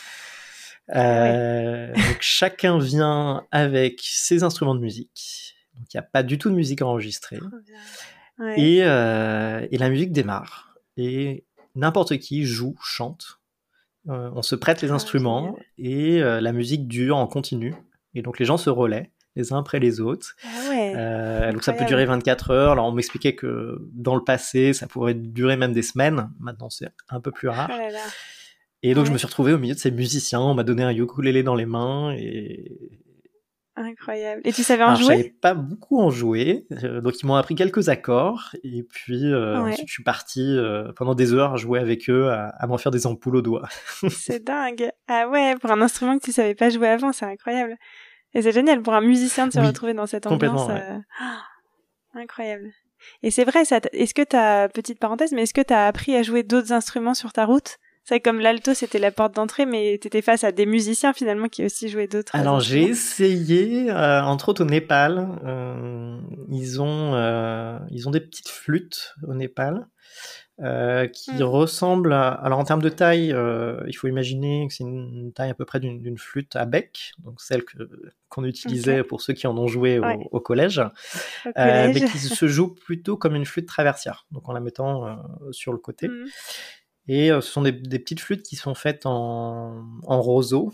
Euh, ouais. Donc, chacun vient avec ses instruments de musique. Donc, il n'y a pas du tout de musique enregistrée. Ouais. Et, euh, et la musique démarre. Et n'importe qui joue, chante. Euh, on se prête les instruments oh, et euh, la musique dure en continu. Et donc, les gens se relaient les uns après les autres. Ah ouais, euh, donc ça peut durer vingt-quatre heures. Alors on m'expliquait que dans le passé, ça pourrait durer même des semaines. Maintenant, c'est un peu plus rare. Oh là là. Et donc ouais. je me suis retrouvé au milieu de ces musiciens. On m'a donné un ukulélé dans les mains et... Incroyable. Et tu savais en Alors, jouer ? Je savais pas beaucoup en jouer. Euh, donc ils m'ont appris quelques accords. Et puis euh, ouais. ensuite, je suis parti euh, pendant des heures à jouer avec eux, à, à m'en faire des ampoules aux doigts. C'est dingue. Ah ouais, pour un instrument que tu savais pas jouer avant, c'est incroyable. Et c'est génial pour un musicien de se oui, retrouver dans cette ambiance. Ouais. Euh... Oh, incroyable. Et c'est vrai, ça est-ce que t'as, petite parenthèse, mais est-ce que t'as appris à jouer d'autres instruments sur ta route ? C'est comme l'alto, c'était la porte d'entrée, mais t'étais face à des musiciens finalement qui aussi jouaient d'autres Alors instruments. J'ai essayé, euh, entre autres au Népal. Euh, ils ont, euh, ils ont des petites flûtes au Népal. Euh, qui mmh. ressemble à... Alors en termes de taille, euh, il faut imaginer que c'est une taille à peu près d'une, d'une flûte à bec, donc celle que, qu'on utilisait okay. pour ceux qui en ont joué au, ouais. au collège, au euh, collège. mais qui se joue plutôt comme une flûte traversière, donc en la mettant euh, sur le côté. Mmh. Et euh, ce sont des, des petites flûtes qui sont faites en, en roseau,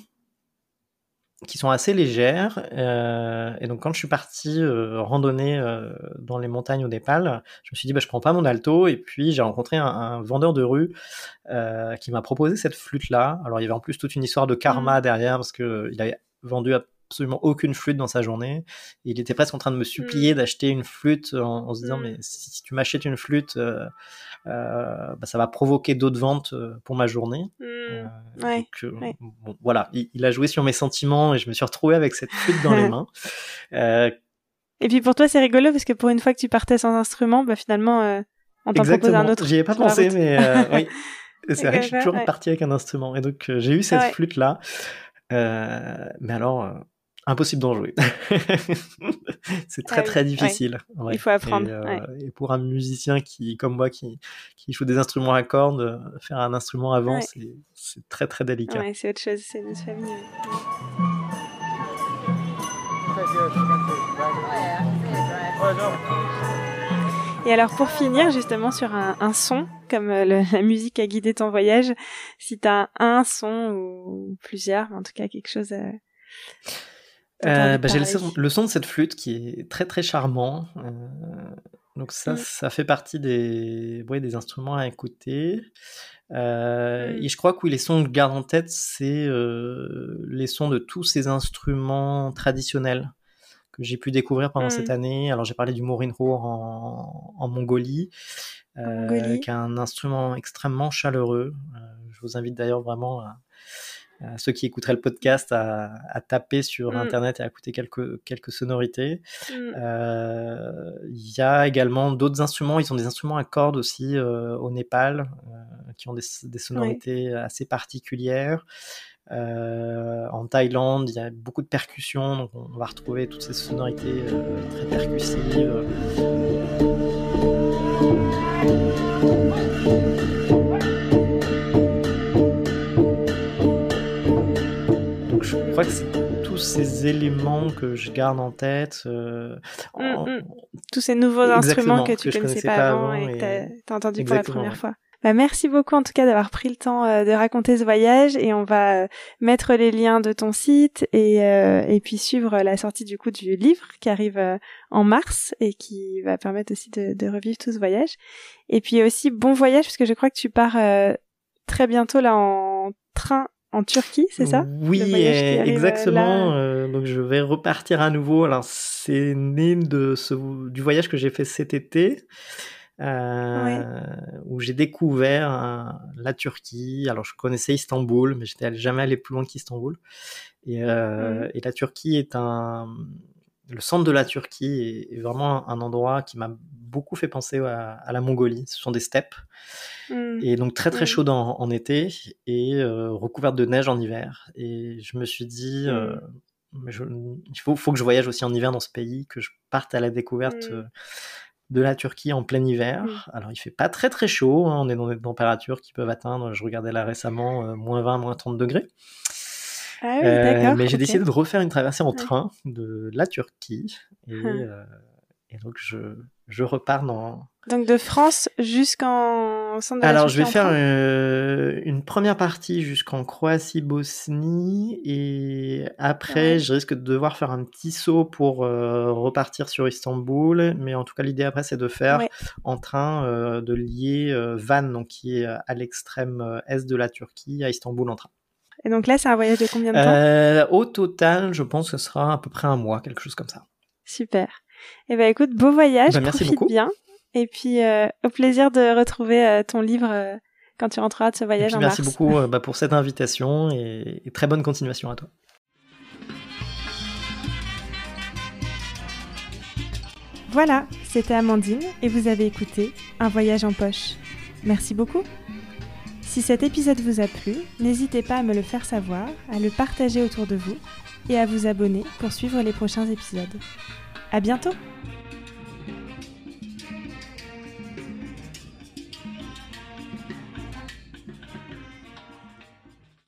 qui sont assez légères, euh, et donc quand je suis parti euh, randonner euh, dans les montagnes au Népal, je me suis dit bah, je prends pas mon alto, et puis j'ai rencontré un, un vendeur de rue euh, qui m'a proposé cette flûte là. Alors il y avait en plus toute une histoire de karma mmh. derrière, parce que il avait vendu à absolument aucune flûte dans sa journée. Et il était presque en train de me supplier mmh. d'acheter une flûte en, en se disant mmh. mais si, si tu m'achètes une flûte, euh, euh, bah, ça va provoquer d'autres ventes pour ma journée. Mmh. Euh, ouais. donc, euh, ouais. bon, voilà, il, il a joué sur mes sentiments et je me suis retrouvé avec cette flûte dans les mains. Euh, et puis pour toi, c'est rigolo parce que pour une fois que tu partais sans instrument, bah finalement, euh, on t'en propose un autre. J'y ai pas pensé, mais euh, oui. C'est vrai que je suis toujours ouais. parti avec un instrument. Et donc, euh, j'ai eu cette ouais. flûte-là. Euh, mais alors, euh, impossible d'en jouer. C'est très, ah oui. très difficile. Ouais. Ouais. Il faut apprendre. Et, euh, ouais. et pour un musicien qui, comme moi, qui, qui joue des instruments à cordes, euh, faire un instrument avant, ouais. c'est, c'est très, très délicat. Ouais, c'est autre chose. C'est notre famille. Et alors pour finir justement sur un, un son, comme euh, le, la musique a guidé ton voyage, si t'as un son ou plusieurs, en tout cas quelque chose à... Euh, bah, j'ai le son, le son de cette flûte qui est très très charmant. Euh, donc ça, mm. ça fait partie des, ouais, des instruments à écouter. Euh, mm. Et je crois que oui, les sons que je garde en tête, c'est euh, les sons de tous ces instruments traditionnels que j'ai pu découvrir pendant mmh. cette année. Alors j'ai parlé du morinho en, en Mongolie, euh, Mongolie, qui est un instrument extrêmement chaleureux. Euh, je vous invite d'ailleurs vraiment à, à ceux qui écouteraient le podcast à, à taper sur mmh. internet et à écouter quelques, quelques sonorités. Il mmh. euh, y a également d'autres instruments, ils ont des instruments à cordes aussi euh, au Népal, euh, qui ont des, des sonorités oui. assez particulières. Euh, en Thaïlande, il y a beaucoup de percussions, donc on va retrouver toutes ces sonorités euh, très percussives. Donc je crois que c'est tous ces éléments que je garde en tête. Euh, mmh, en... mmh. Tous ces nouveaux instruments que tu que connaissais pas avant, avant et que t'as, t'as entendu exactement, pour la première ouais. fois. Bah, merci beaucoup en tout cas d'avoir pris le temps euh, de raconter ce voyage et on va euh, mettre les liens de ton site et euh, et puis suivre la sortie du coup du livre qui arrive euh, en mars et qui va permettre aussi de, de revivre tout ce voyage. Et puis aussi bon voyage parce que je crois que tu pars euh, très bientôt là en train en Turquie, c'est ça ? Oui, exactement. Euh, donc je vais repartir à nouveau. Alors c'est né de ce du voyage que j'ai fait cet été. Euh, oui. Où j'ai découvert euh, la Turquie. Alors je connaissais Istanbul, mais j'étais jamais allé plus loin qu'Istanbul. Et, euh, mmh. et la Turquie est un, le centre de la Turquie est, est vraiment un endroit qui m'a beaucoup fait penser à, à la Mongolie. Ce sont des steppes mmh. et donc très très mmh. chaudes en, en été et euh, recouvertes de neige en hiver. Et je me suis dit, mmh. euh, je, il faut, faut que je voyage aussi en hiver dans ce pays, que je parte à la découverte. Mmh. Euh, de la Turquie en plein hiver. Mmh. Alors, il fait pas très très chaud, hein. On est dans des températures qui peuvent atteindre, je regardais là récemment, euh, moins vingt, moins trente degrés. Ah oui, euh, d'accord. Mais j'ai okay. décidé de refaire une traversée en ouais. train de la Turquie. Et, hum. euh, et donc, je, je repars dans... Donc, de France jusqu'en centre de la Alors, Turquie. je vais faire euh, une première partie jusqu'en Croatie-Bosnie. Et après, ouais. je risque de devoir faire un petit saut pour euh, repartir sur Istanbul. Mais en tout cas, l'idée après, c'est de faire ouais. en train euh, de lier euh, Van, donc, qui est à l'extrême est de la Turquie, à Istanbul en train. Et donc là, c'est un voyage de combien de temps ? euh, Au total, je pense que ce sera à peu près un mois, quelque chose comme ça. Super. Eh ben écoute, beau voyage, ben, merci profite beaucoup. bien. Et puis, euh, au plaisir de retrouver euh, ton livre euh, quand tu rentreras de ce voyage puis, en merci mars. Merci beaucoup euh, bah, pour cette invitation et, et très bonne continuation à toi. Voilà, c'était Amandine et vous avez écouté Un voyage en poche. Merci beaucoup. Si cet épisode vous a plu, n'hésitez pas à me le faire savoir, à le partager autour de vous et à vous abonner pour suivre les prochains épisodes. À bientôt!